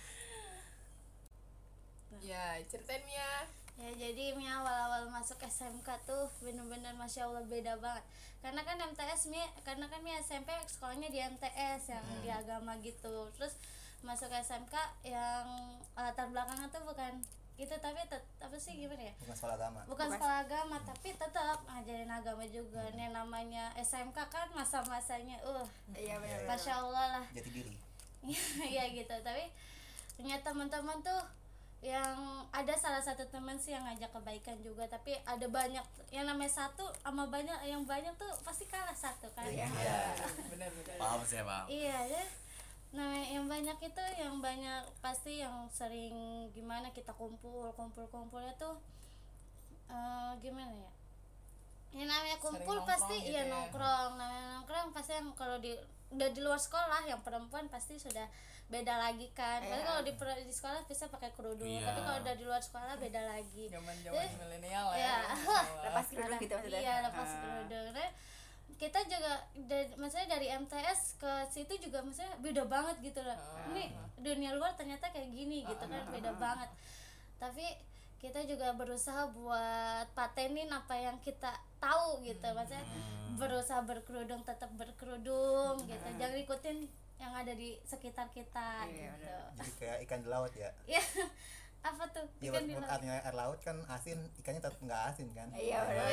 Ya, ceritain Mia. ya jadi Mia awal-awal masuk S M K tuh bener-bener masya Allah beda banget, karena kan M T S Mia, karena kan Mia S M P sekolahnya di M T S yang di agama gitu, terus masuk S M K yang latar belakangnya tuh bukan itu, tapi tet- apa sih gimana ya, Bukan sekolah agama. bukan sekolah agama tapi tetap ngajarin agama juga. Nih namanya S M K kan masa-masanya uh Iya benar. masya Allah lah. Jati diri. Ya gitu, tapi ternyata teman-teman tuh yang ada salah satu teman sih yang ngajak kebaikan juga, tapi ada banyak yang namanya satu sama banyak yang banyak tuh pasti kalah satu kan. Iya. Benar-benar. Paham sih, paham. Iya ya. Nah yang banyak itu yang banyak pasti yang sering gimana kita kumpul kumpul kumpulnya tuh eh, gimana ya? Yang namanya kumpul nongkrong pasti gitu iya ya. nongkrong. Namanya nongkrong pasti yang kalau di udah di luar sekolah yang perempuan pasti sudah beda lagi kan. Tapi Iya. kalau di per- di sekolah bisa pakai kerudung, Iya. tapi kalau udah di luar sekolah beda lagi. Zaman-zaman Eh, milenial iya. ya. Masya Allah. Lepas kerudung gitu maksudnya. Iya, lepas Ah. kerudung. Nah, kita juga da- maksudnya dari M T S ke situ juga maksudnya beda banget gitu loh. Ini dunia luar ternyata kayak gini gitu kan, beda banget. Tapi kita juga berusaha buat patenin apa yang kita tahu gitu. Maksudnya berusaha berkerudung, tetap berkerudung gitu. Jangan ikutin yang ada di sekitar kita Iya, gitu. Jadi kayak ikan di laut ya. Ya. Apa tuh? Ya Ikan buat, di buat laut. artinya air laut kan asin, ikannya tetap nggak asin kan. Iya benar.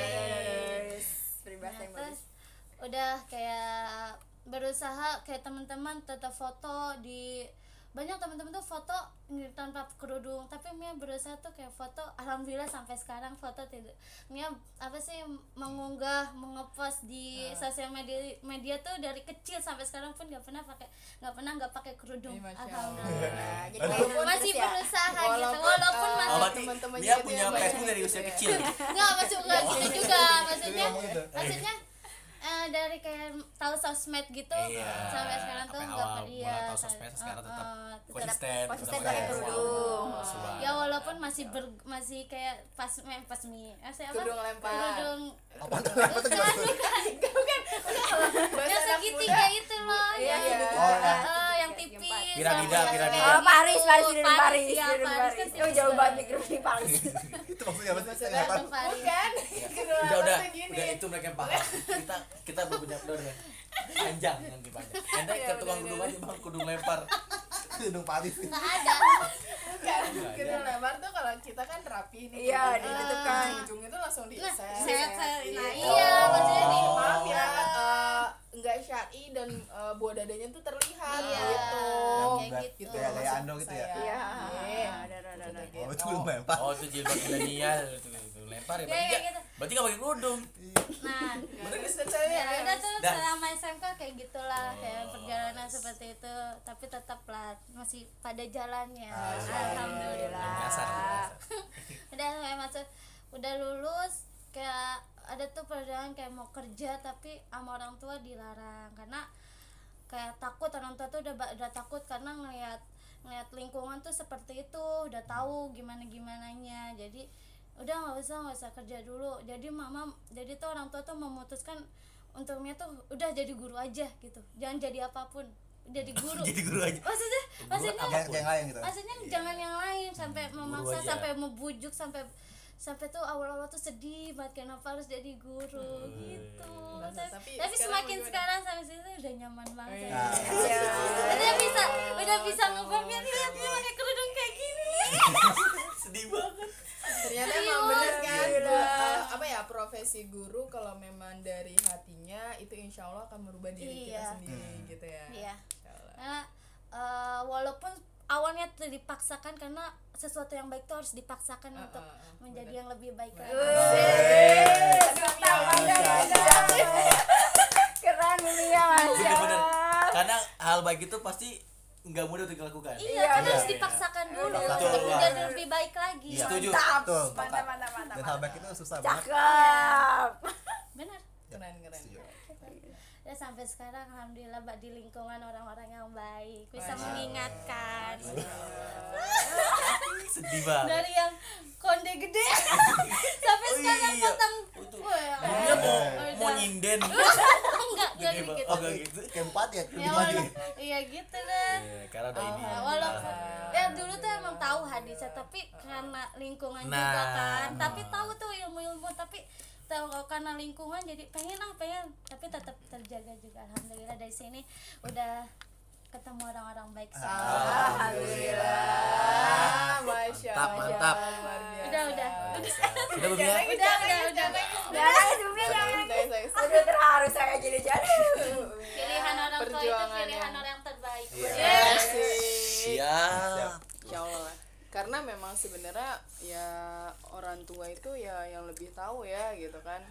Peribahasa yang Nah, bagus. terus udah kayak berusaha kayak teman-teman tetap foto di banyak teman-teman tuh foto nggak tanpa kerudung, tapi Mia berusaha tuh kayak foto, alhamdulillah sampai sekarang foto tidak Mia apa sih mengunggah mengepost di sosial media media tuh dari kecil sampai sekarang pun nggak pernah pakai nggak pernah nggak pakai kerudung. Ih, Masya Alhamdulillah. Nah, jadi Walaupun Masih terus ya. berusaha gitu Walaupun, walaupun eh, masih Oh, berarti teman-temannya dia itu punya yang banyak Facebook dari gitu usia ya. kecil. nggak masuk ke gitu juga maksudnya ngomong gitu. maksudnya eh, dari kayak tahu sosmed gitu Iya. sampai sekarang tuh Sampai nggak awal pernah mulai tahu sosmed, sekarang tetap konsisten, konsisten tetap pakai pakai kerudung. Suara. ya walaupun masih ber, masih kayak pas me- pas mi masih apa Kerudung lempar. kerudung Apa tuh? Apa tuh? bukan bukan Bahasa yang anak segitiga muda. itu loh Iya, yang iya. Oh, eh, yang- eh, yang yang tipis Piramida, yang- piramida. Oh, Paris, Paris, di Paris, Paris, iya, di Paris Paris. kan Oh, tipis jauh banget banget. mikir di Paris. Itu maksudnya apa sih? Saya Maksudnya nggak tahu. Paris. Bukan. Kedua Udah, udah, lapasnya gini. udah itu mereka yang paham. Kita kita punya udah udah. Panjang nanti panjang. Anda Iya, ke tukang bener, kudung bener. aja bang, kudung lempar. Gedung Paris. nggak ada kan kita lempar tuh kalau kita kan rapi nih. Iya, gitu. ditutupkan. Ujung itu langsung di Nah, set. set, set. Nah, Iya. iya, maksudnya Jadi di- maaf ya, eh, nggak syar'i dan eh, buah dadanya tuh terlihat Iya. gitu. Kayak Buat gitu. gaya gaya maksud Ando gitu ya. saya. Iya. Iya. Ada ada ada. ada. Oh itu belum lempar. Oh itu jilbab milenial itu, itu lempar ya. Iya, Berarti iya, nggak gitu. berarti nggak pakai kerudung. Nah, Bener nggak sih, saya? ya udah tuh Dah. selama S M K kayak gitulah, kayak Oh. perjalanan seperti itu, tapi tetaplah masih pada jalannya. Ah, Alhamdulillah. Nyasar, nyasar. Udah kayak masuk, udah lulus, kayak ada tuh perjalanan kayak mau kerja tapi sama orang tua dilarang karena kayak takut, orang tua tuh udah ba- udah takut karena ngelihat ngelihat lingkungan tuh seperti itu, udah tahu gimana gimananya, jadi udah nggak usah nggak usah kerja dulu. Jadi mama, jadi tuh orang tua tuh memutuskan untuknya tuh udah jadi guru aja gitu, jangan jadi apapun, jadi guru. Jadi guru aja. maksudnya maksudnya Jangan jangan lain gitu. maksudnya jangan yang lain sampai memaksa, aja. sampai membujuk, sampai sampai tuh awal-awal tuh sedih banget kenapa harus jadi guru gitu. Nah, tapi, tapi tapi sekarang semakin bagaimana? sekarang sampai situ udah nyaman banget. Iya. Iya. Udah bisa udah bisa ngebamnya, lihat dia pakai kerudung kayak gini. Sedih banget. Ternyata Serius. emang bener kan, Gila. eh, apa ya, profesi guru kalau memang dari hatinya itu insya Allah akan merubah diri kita Iya. sendiri gitu ya. Iya. Insya Allah. Karena eh, walaupun awalnya tuh dipaksakan karena sesuatu yang baik tuh harus dipaksakan Uh, untuk uh, uh, menjadi bener. yang lebih baik lagi. Keren ini ya Mas. Bener-bener. Karena hal baik itu pasti nggak mudah untuk dilakukan. Iya, Iya, kan iya, harus iya. dipaksakan dulu Betul, untuk Wak. menjadi lebih baik lagi. Iya. Setuju. Mantap. Betul. Mantap mantap mantap. Dan hal baik itu susah banget. Cakep. Benar. Keren keren. Setuju. Ya sampai sekarang alhamdulillah Mbak di lingkungan orang-orang yang baik, bisa Masya mengingatkan. Sedih banget. Dari yang konde gede sampai Oh sekarang iya. potong. Itu. Wah, Dia mau udah. mau nyinden. enggak jadi Gede banget. gitu. Oh enggak gitu. Keempat ya, Ya kelima walau, lagi. iya gitu deh. Iya, karena ada ini. Ya, walaupun ya dulu tuh emang tahu hadisnya, tapi karena lingkungan juga Nah. kan, tapi tahu tuh ilmu-ilmu, tapi tahu karena lingkungan jadi pengen ah pengen, tapi tetap terjaga juga. Alhamdulillah dari sini udah ketemu orang-orang baik semua. Alhamdulillah. Masya Mantap, Allah. mantap. Luar biasa. Udah, udah. Sudah belum ya? Udah udah udah Udah nangis Umi jangan. Saya- saya- Aduh terharu saya jadi jadi. pilihan orang tua itu Perjuangan pilihan yang- orang yang terbaik. Iya sih. Siap. Insya Allah lah. Karena memang sebenarnya ya orang tua itu ya yang lebih tahu ya gitu kan,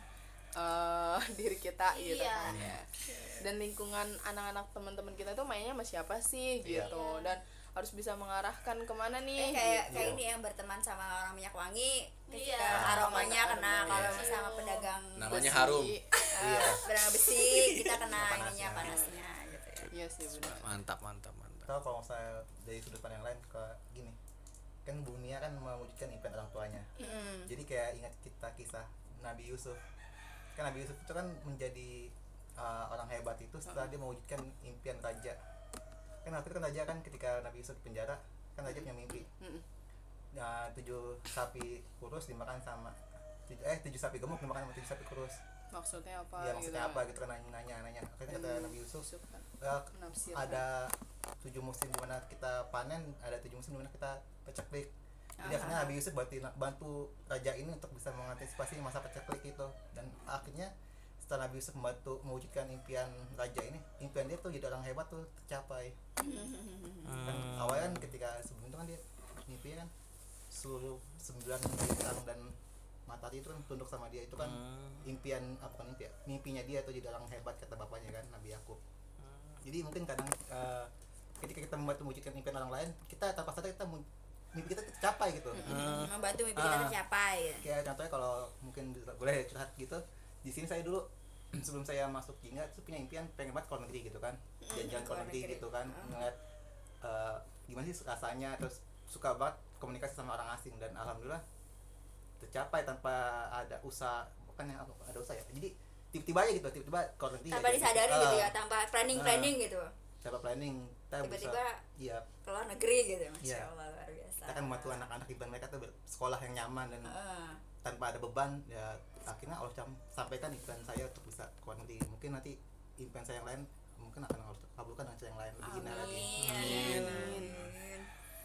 eh diri kita gitu Iya. kan ya. Dan lingkungan anak-anak teman-teman kita tuh mainnya sama siapa sih gitu, dan harus bisa mengarahkan kemana nih. Eh, kayak gitu. kayak ini yang berteman sama orang minyak wangi, ketika Iya. aromanya kena. Kalau Iya. sama pedagang Namanya besi, harum. eh, pedagang besi kita kena ininya panasnya gitu ya. Iya sih benar. Mantap, mantap, mantap. Tahu kalau saya dari sudut pandang yang lain ke gini, kan Bu Nia kan mewujudkan impian orang tuanya. Mm. Jadi kayak ingat kita kisah Nabi Yusuf. Kan Nabi Yusuf itu kan menjadi uh, orang hebat itu setelah dia mewujudkan impian raja. Kan waktu itu kan raja kan ketika Nabi Yusuf di penjara, kan raja punya mimpi. Mm-mm. Nah, tujuh sapi kurus dimakan sama tujuh, eh tujuh sapi gemuk dimakan sama tujuh sapi kurus. Maksudnya apa? Ya maksudnya gitu. apa gitu kan nanya nanya. Akhirnya kata Hmm. Nabi Yusuf, Yusuf kan "Eh, menafsirkan. ada tujuh musim dimana kita panen, ada tujuh musim dimana kita peceklik. Jadi Aha. akhirnya Nabi Yusuf bantu, bantu raja ini untuk bisa mengantisipasi masa peceklik itu, dan akhirnya setelah Nabi Yusuf membantu mewujudkan impian raja ini, impian dia tuh jadi orang hebat tuh tercapai. Kan awalnya kan ketika sebelum itu kan dia mimpinya kan seluruh sembilan bintang dan matahari itu kan tunduk sama dia, itu kan impian apa kan impian mimpinya dia tuh jadi orang hebat kata bapaknya kan, Nabi Yakub. Jadi mungkin kadang eh, ketika kita membantu mewujudkan impian orang lain, kita tanpa sadar kita mu- mimpi kita tercapai gitu. Mm, membantu mimpi kita Ah. tercapai. Kayak contohnya kalau mungkin bisa- boleh curhat gitu, di sini saya dulu sebelum saya masuk Jingga itu punya impian pengen banget ke luar negeri gitu kan, jalan-jalan ke luar negeri gitu kan, ngeliat eh, gimana sih rasanya, terus suka banget komunikasi sama orang asing, dan alhamdulillah tercapai tanpa ada usaha, bukan yang ada usaha ya, jadi tiba-tiba aja gitu, tiba-tiba ke luar negeri Tanpa aja disadari gitu. gitu Ah, ya, tanpa planning planning gitu. tanpa planning kita Tiba-tiba bisa, iya, ke luar negeri gitu. Masya Iya. Allah luar biasa. kita kan membantu anak-anak di mereka tuh sekolah yang nyaman dan Ah. tanpa ada beban, ya akhirnya Allah cam sampaikan impian saya untuk bisa ke luar negeri. Mungkin nanti impian saya yang lain mungkin akan Allah kabulkan dengan cara yang lain lebih indah lagi. Amin. Amin.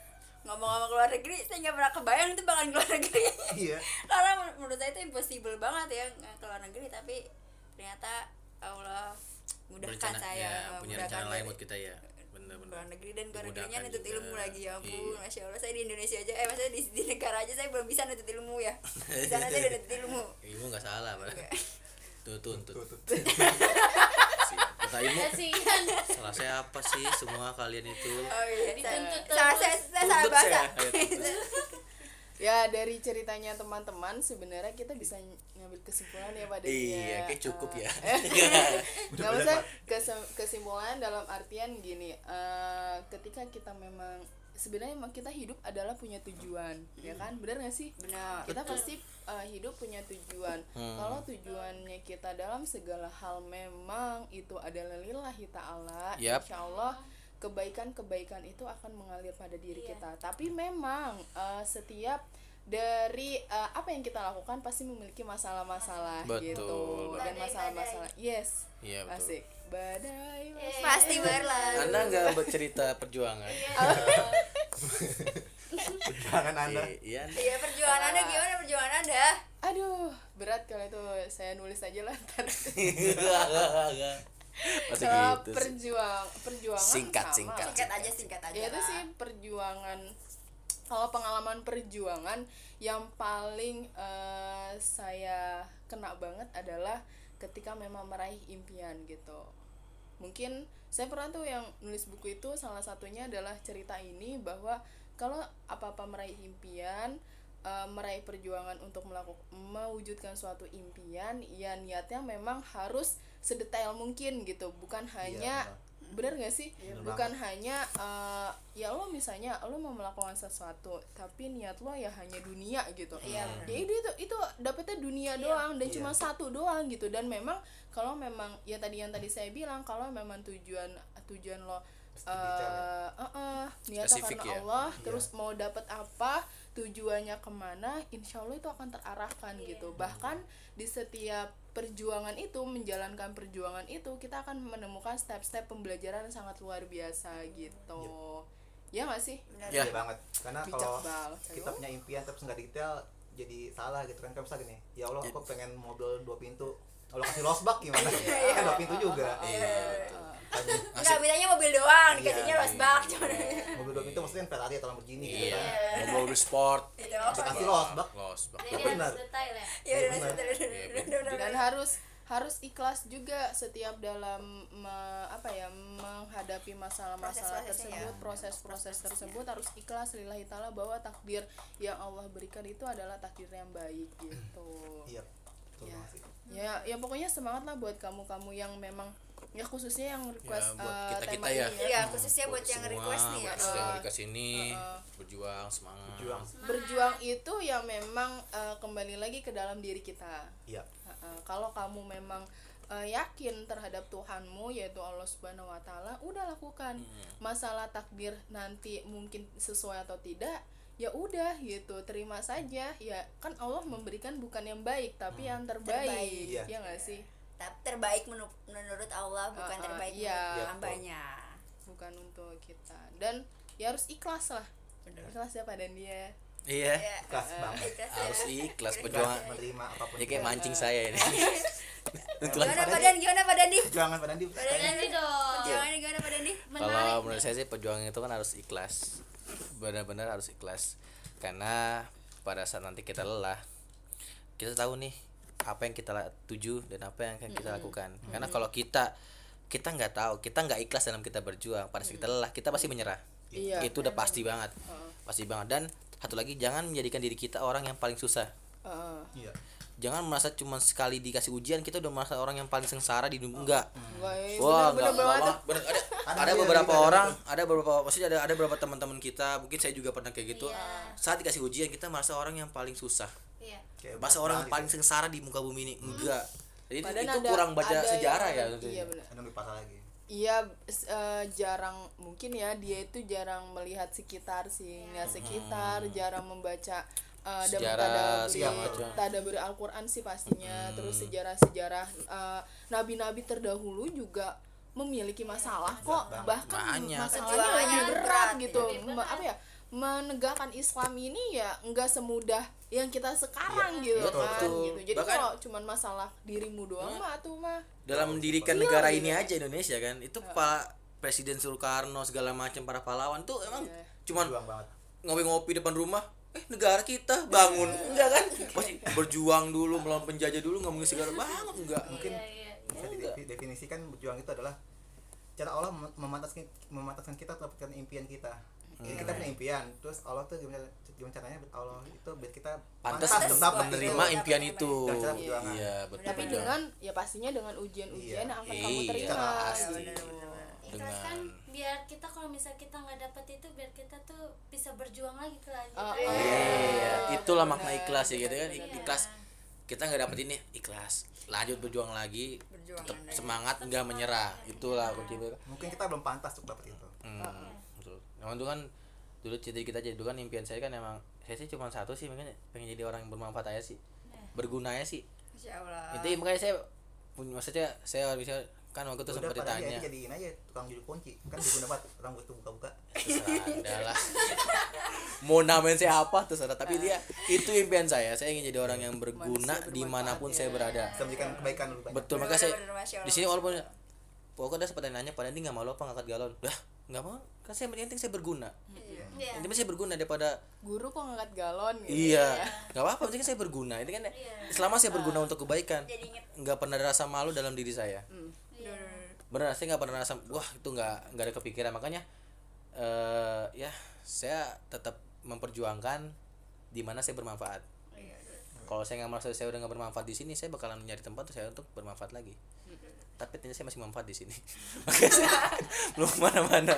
ngomong-ngomong keluar negeri, saya nggak pernah kebayang itu bakal keluar negeri. Iya. Karena men- menurut saya itu impossible banget ya nggak keluar negeri, tapi ternyata Allah mudahkan Berencana, saya, ya, punya memudahkan rencana lain dari buat kita ya. Bener-bener. keluar negeri, dan keluar negerinya Dimudahkan nuntut juga. ilmu lagi, ya ampun. Iya. Masya Allah, saya di Indonesia aja, eh maksudnya di, di negara aja saya belum bisa nuntut ilmu ya. Di sana aja udah nuntut ilmu. Ibu nggak salah, Pak. Tuh tuntut. Tuh, tuh. Kata ibu, kasihan salah saya apa sih semua kalian itu? Oh iya, Dituntut salah saya, terus. saya salah Tuntut bahasa. saya. Ya dari ceritanya teman-teman sebenarnya kita bisa ngambil kesimpulan ya pada Iya, kayak cukup ya. Nggak usah kesem- kesimpulan dalam artian gini, eh, ketika kita memang sebenarnya emang kita hidup adalah punya tujuan, ya kan? Benar nggak sih? Benar. Kita pasti eh, hidup punya tujuan. Hmm. Kalau tujuannya kita dalam segala hal memang itu adalah lillahi ta'ala, Yap. insya Allah kebaikan-kebaikan itu akan mengalir pada diri Iya. kita. Tapi memang eh, setiap dari eh, apa yang kita lakukan pasti memiliki masalah-masalah Betul, gitu. Dan Badai-badai. masalah-masalah. Yes. Iya, betul. Asik. Badai. Eh, Pasti berlalu. Anda nggak bercerita perjuangan? Perjuangan Anda. Eh, Iya. Iya, perjuangan Anda gimana, perjuangan Anda? Aduh, berat kalau itu saya nulis aja lah ntar. Masih Kalau gitu sih. perjuang perjuangan Singkat, sama. singkat. Singkat aja, singkat aja. Ya itu lah. sih perjuangan. Kalau pengalaman perjuangan yang paling eh, saya kena banget adalah ketika memang meraih impian gitu. Mungkin saya pernah tuh yang nulis buku itu, salah satunya adalah cerita ini bahwa kalau apa-apa meraih impian, eh, meraih perjuangan untuk melakukan mewujudkan suatu impian, ya niatnya memang harus sedetail mungkin gitu, bukan hanya benar. bener gak sih? Bener Bukan hanya eh, ya lo misalnya lo mau melakukan sesuatu tapi niat lo ya hanya dunia gitu. Iya, Ya itu itu, itu dapetnya dunia doang dan Iya. cuma satu doang gitu. Dan memang kalau memang ya tadi yang tadi saya bilang, kalau memang tujuan tujuan lo Mesti dicari. eh eh, eh, niatnya Spesifik karena ya. Allah, Iya. terus mau dapat apa, tujuannya kemana, insya Allah itu akan terarahkan gitu. Bahkan di setiap perjuangan itu, menjalankan perjuangan itu, kita akan menemukan step-step pembelajaran yang sangat luar biasa gitu. Ya nggak sih? Benar. Ya. Iya banget. Karena Bijak kalau banget. kita punya impian tapi nggak detail jadi salah gitu kan. Kayak misalnya gini, ya Allah aku pengen mobil dua pintu, Allah kasih losbak gimana? Kan dua pintu juga. Iya, betul. Enggak, bedanya mobil doang, dikasihnya Iya, losbak iya. cuma. Mobil dua pintu maksudnya Ferrari atau Lamborghini gitu Iya. kan. Mobil sport. Itu. Dikasih losbak. Losbak. jadi benar. harus detail ya. Ya udah, benar. udah, udah, Iya, udah, udah, Dan udah. harus harus ikhlas juga setiap dalam me- apa ya menghadapi masalah-masalah Proses-prosesnya tersebut, ya. proses-proses tersebut harus ikhlas lillahi ta'ala bahwa takdir yang Allah berikan itu adalah takdir yang baik gitu. Iya. Betul Ya. banget sih. Ya, ya pokoknya semangat lah buat kamu-kamu yang memang ya khususnya yang request buat eh, kita-kita tema ya. ini Iya, khususnya buat yang Semua, request nih ya. buat yang Uh, request ini uh, berjuang semangat. Berjuang. Berjuang itu ya memang eh, kembali lagi ke dalam diri kita. Iya. Uh, kalau kamu memang uh, yakin terhadap Tuhanmu yaitu Allah Subhanahu wa taala, udah lakukan. Masalah takdir nanti mungkin sesuai atau tidak, ya udah gitu, terima saja. Ya kan Allah memberikan bukan yang baik tapi yang terbaik. Terbaik. Iya. Ya nggak sih? Tapi terbaik menu- menurut Allah, bukan Uh, uh, terbaik iya. menurut Iya, hambanya. Bukan untuk kita. Dan ya harus ikhlas lah. Bener. Ikhlas ya pada dia. Iya. Ya, Ikhlas banget. ikhlas ya. Harus ikhlas Ikhlas perjuangan. menerima apapun. Ya kayak mancing saya ini. Gimana Pak Dan? Gimana Pak Dandi? Jangan pada di Pak Dandi Nanti dong. Perjuangannya gimana Pak Dandi? Menarik. Kalau menurut saya sih perjuangan itu kan harus ikhlas. Benar-benar harus ikhlas. Karena pada saat nanti kita lelah, kita tahu nih apa yang kita la- tuju dan apa yang akan kita lakukan. Karena kalau kita kita nggak tahu, kita nggak ikhlas dalam kita berjuang, pada saat kita lelah, kita pasti menyerah. Iya. Itu udah pasti banget. Pasti banget. Dan satu lagi, jangan menjadikan diri kita orang yang paling susah. Uh, Iya. Jangan merasa cuma sekali dikasih ujian kita udah merasa orang yang paling sengsara di dunia. Enggak. Wah, Wah, bener-bener enggak, banget. enggak, bener, ada, Ada ada juga beberapa gitu, ada orang, gitu. ada beberapa maksudnya ada ada beberapa teman-teman kita, mungkin saya juga pernah kayak gitu. Iya. Saat dikasih ujian kita merasa orang yang paling susah. Iya. Kayak Merasa berat orang yang banget paling sengsara di muka bumi ini. Enggak. Jadi itu, Padahal itu ada- kurang baca ada sejarah yang- ya. Iya tentunya. benar. itu. Ada lebih parah lagi. Iya, s- eh, jarang mungkin ya dia itu jarang melihat sekitar sih, lihat sekitar, jarang membaca eh, dan Sejarah, tadaburi- segala macam. tadaburi Al-Qur'an sih pastinya. Terus sejarah-sejarah eh, nabi-nabi terdahulu juga memiliki masalah kok, bahkan Banyak. masalahnya Perjuangannya lebih berat berat, gitu. lebih Ma- apa ya? menegakkan Islam ini ya nggak semudah yang kita sekarang gitu betul, kan betul. gitu. Jadi Bahkan- kalau cuman masalah dirimu doang mah tuh mah dalam mendirikan Iya, negara gitu. ini aja Indonesia kan itu Pak Presiden Soekarno segala macam para pahlawan tuh emang Iya. cuman berjuang banget. ngopi-ngopi depan rumah eh negara kita bangun enggak kan masih berjuang dulu melawan penjajah dulu ngomongin segala bangun enggak Mungkin Iya, iya, iya. bisa didefinisikan berjuang itu adalah cara Allah mem- memantaskan memantaskan kita untuk dapatkan impian kita. Jadi kita punya impian, terus Allah tuh gimana, gimana caranya Allah itu biar kita pantas pantas untuk dapat menerima itu. impian itu Dan cara perjuangan. iya betul tapi betul. dengan ya pastinya dengan ujian-ujian Iya. yang akan kamu Iya, terima pasti. gitu. Ikhlas kan Dengan- biar kita kalau misal kita nggak dapat itu biar kita tuh bisa berjuang lagi ke lanjut. Oh, aja. oh. iya itulah makna benar, ikhlas ya gitu kan benar. ikhlas kita nggak dapet ini ikhlas lanjut berjuang lagi Berjuang tetap lagi. semangat nggak menyerah itulah kunci Mungkin kita belum pantas untuk dapat itu. hmm, betul emang tuh kan dulu cita kita aja dulu kan impian saya kan emang saya sih cuma satu sih mungkin pengen jadi orang yang bermanfaat aja sih berguna ya sih Insya Allah. itu makanya saya punya maksudnya saya bisa kan waktu itu Udah sempat pada ditanya dia jadiin aja tukang juru kunci. Kan berguna banget orang butuh buka-buka. terserah lah mau namain saya apa terserah tapi dia itu impian saya saya ingin jadi orang yang berguna Manusia dimanapun bermanfaat, saya ya. berada Bisa memberikan kebaikan lebih banyak. betul makanya saya Bener-bener, Masya Allah. di sini walaupun pokoknya ada sempat nanya pada ini nggak malu apa ngangkat galon dah nggak mau kan saya penting saya berguna Iya. intinya saya berguna daripada Guru kok ngangkat galon gitu. iya nggak apa-apa penting saya berguna itu kan Iya. selama saya berguna untuk kebaikan Jadi inget. nggak pernah ada rasa malu dalam diri saya Iya. benar saya nggak pernah rasa wah itu nggak nggak ada kepikiran makanya eh ya saya tetap memperjuangkan di mana saya bermanfaat kalau saya nggak merasa saya udah nggak bermanfaat di sini saya bakalan nyari tempat saya untuk bermanfaat lagi tapi ternyata saya masih manfaat di sini makanya saya belum kemana-mana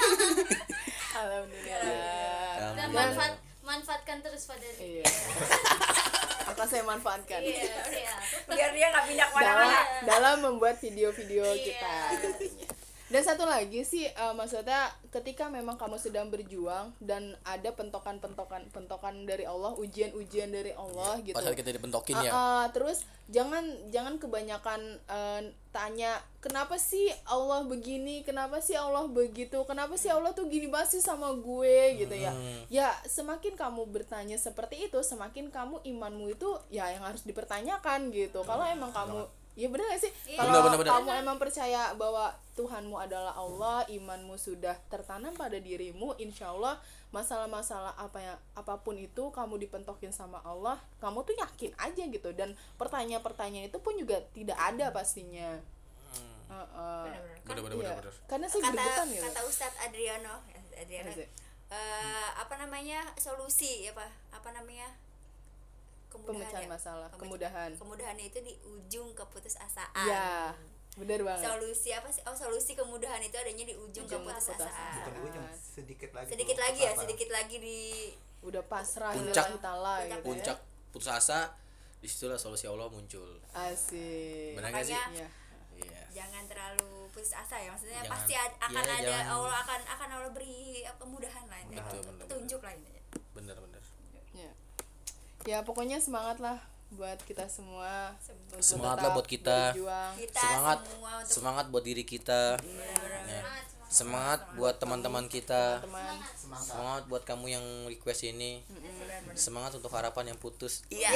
Alhamdulillah. Dan Dan- manfaat manfaatkan terus pada diri. Iya. Akan saya manfaatkan. Iya, iya. Biar dia nggak pindah dalam kemana-mana. dalam membuat video-video Iya. kita tentunya. Dan satu lagi sih eh, maksudnya ketika memang kamu sedang berjuang dan ada pentokan-pentokan pentokan dari Allah, ujian-ujian dari Allah gitu. pas kita dibentokin ya Ah, ah, terus jangan jangan kebanyakan eh, tanya kenapa sih Allah begini, kenapa sih Allah begitu, kenapa sih Allah tuh gini banget sih sama gue gitu ya. Hmm. Ya semakin kamu bertanya seperti itu, semakin kamu imanmu itu ya yang harus dipertanyakan gitu. Kalau emang kamu ya bener gak sih? Iya. Kalau Bener, bener, bener. kamu emang percaya bahwa Tuhanmu adalah Allah, imanmu sudah tertanam pada dirimu, insya Allah masalah-masalah apa yang apapun itu kamu dipentokin sama Allah, kamu tuh yakin aja gitu. Dan pertanyaan-pertanyaan itu pun juga tidak ada pastinya. Heeh. Bener-bener. bener bener Iya. bener bener Karena saya Kata gregetan gitu. kata Ustadz Adriano, Adriano. Apa sih? eh, apa namanya solusi apa apa namanya kemudahan Pemecahan ya? masalah, Kemudahan. kemudahan. Kemudahan itu di ujung keputusasaan. Iya, bener banget. Solusi apa sih? Oh, solusi kemudahan itu adanya di ujung, Ujung keputusasaan. keputusasaan. Bukan di ujung, sedikit lagi. Sedikit tuh, lagi ya, apa-apa. sedikit lagi di Udah pasrah Puncak. lillahi ta'ala gitu puncak putus asa disitulah solusi Allah muncul ya. Asik. benar nggak sih Makanya- Iya. iya jangan terlalu putus asa ya. Maksudnya Jangan- pasti ad- akan iya, ada jangan- Allah akan akan Allah beri apa, kemudahan lah intinya. Betul, bener, Petunjuk lah intinya. bener bener Ya. Ya pokoknya semangat lah buat kita semua. untuk Semangat tetap lah buat kita. berjuang. Kita semangat semua untuk semangat buat diri kita ya. semangat buat teman-teman kita Teman. semangat buat kamu yang request ini semangat untuk harapan yang putus iya.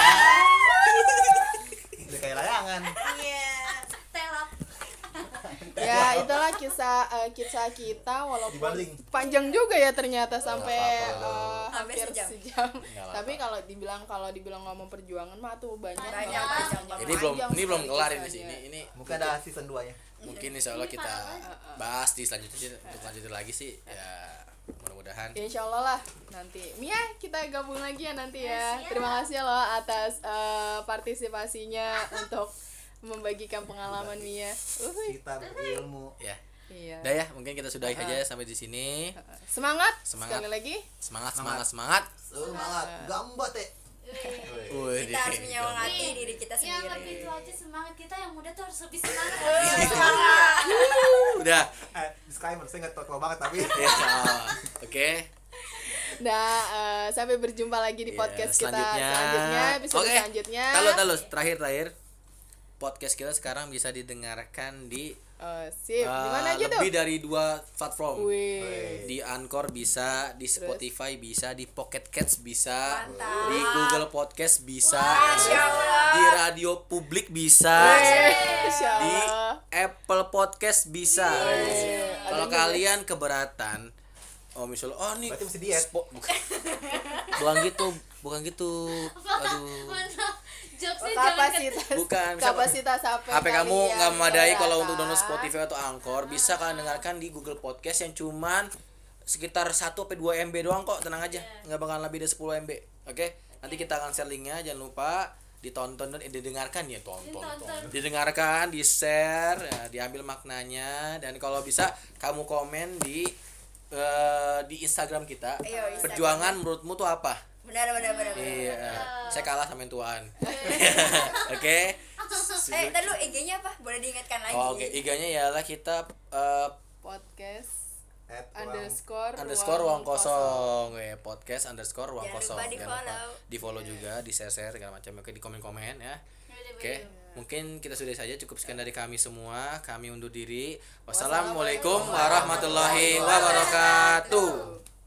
Udah kayak layangan. Iya. Telap. Ya itulah kisah eh, kisah kita walaupun Dibanding. panjang juga ya ternyata sampai apa-apa. eh, Hampir hampir sejam. sejam. apa-apa. Tapi kalau dibilang kalau dibilang ngomong perjuangan mah tuh banyak Banyak, banget. panjang banget. ini belum Panjang ini belum sekali kelar ini kisahnya. sih ini ini Mungkin ada season dua nya. mungkin insya Allah kita bahas di selanjutnya sih. Untuk lanjutin lagi sih ya mudah-mudahan Ya, insya Allah lah nanti Mia kita gabung lagi ya nanti ya. Terima kasih loh atas eh, partisipasinya untuk membagikan pengalaman Mia. Uhuy. Kita berilmu. ya Iya. udah ya mungkin kita sudahi aja sampai di sini Semangat, Semangat. sekali lagi. semangat semangat semangat Semangat, gambat teh. Wih, Kita harus menyemangati diri kita Yang sendiri. lebih tua aja semangat, kita yang muda tuh harus lebih semangat. udah Eh, disclaimer, saya nggak tua banget tapi ya, oke Nah, eh, sampai berjumpa lagi di Ya, podcast kita selanjutnya. selanjutnya, episode Oke. selanjutnya. Talu talu terakhir terakhir podcast kita sekarang bisa didengarkan di Oh, sip. Uh, Di mana aja tuh? lebih dari dua platform. Wih. Di Anchor bisa, di Spotify bisa, di Pocket Cast bisa, Mantap. di Google Podcast bisa, Masya Allah. di radio publik bisa, Masya di Allah. Apple Podcast bisa. Wih. Kalau kalian keberatan, oh misalnya, oh nih, Berarti mesti diet. spo- bukan, bukan gitu, bukan gitu, aduh. Mana Oh, jokesnya jangan ke- kapasitas Bukan, misalkan- kapasitas H P H P kamu kalian nggak memadai kalau keberatan. untuk download Spotify atau Anchor, bisa kalian dengarkan di Google Podcast yang cuman sekitar satu sampai dua M B doang kok, tenang aja. Nggak bakalan lebih dari sepuluh M B. Oke? Nanti kita akan share linknya, jangan lupa ditonton dan eh, didengarkan ya, tonton. Ditonton. Didengarkan, di-share, ya, diambil maknanya, dan kalau bisa kamu komen di eh, di Instagram kita. Iya, Instagram. Perjuangan menurutmu tuh apa? Benar benar benar. benar. Iya, saya kalah sama yang tuaan. Oke. Eh, tadi lu I G-nya apa? Boleh diingatkan lagi. Oh, Oke, I G-nya ialah kita eh, Podcast At underscore underscore ruang kosong, ya podcast underscore ruang Jangan kosong. lupa di-follow. Di follow juga, di share share segala macam, oke, di komen komen ya. Oke, mungkin kita sudah saja, cukup sekian dari kami semua. Kami undur diri. Wassalamualaikum warahmatullahi wabarakatuh.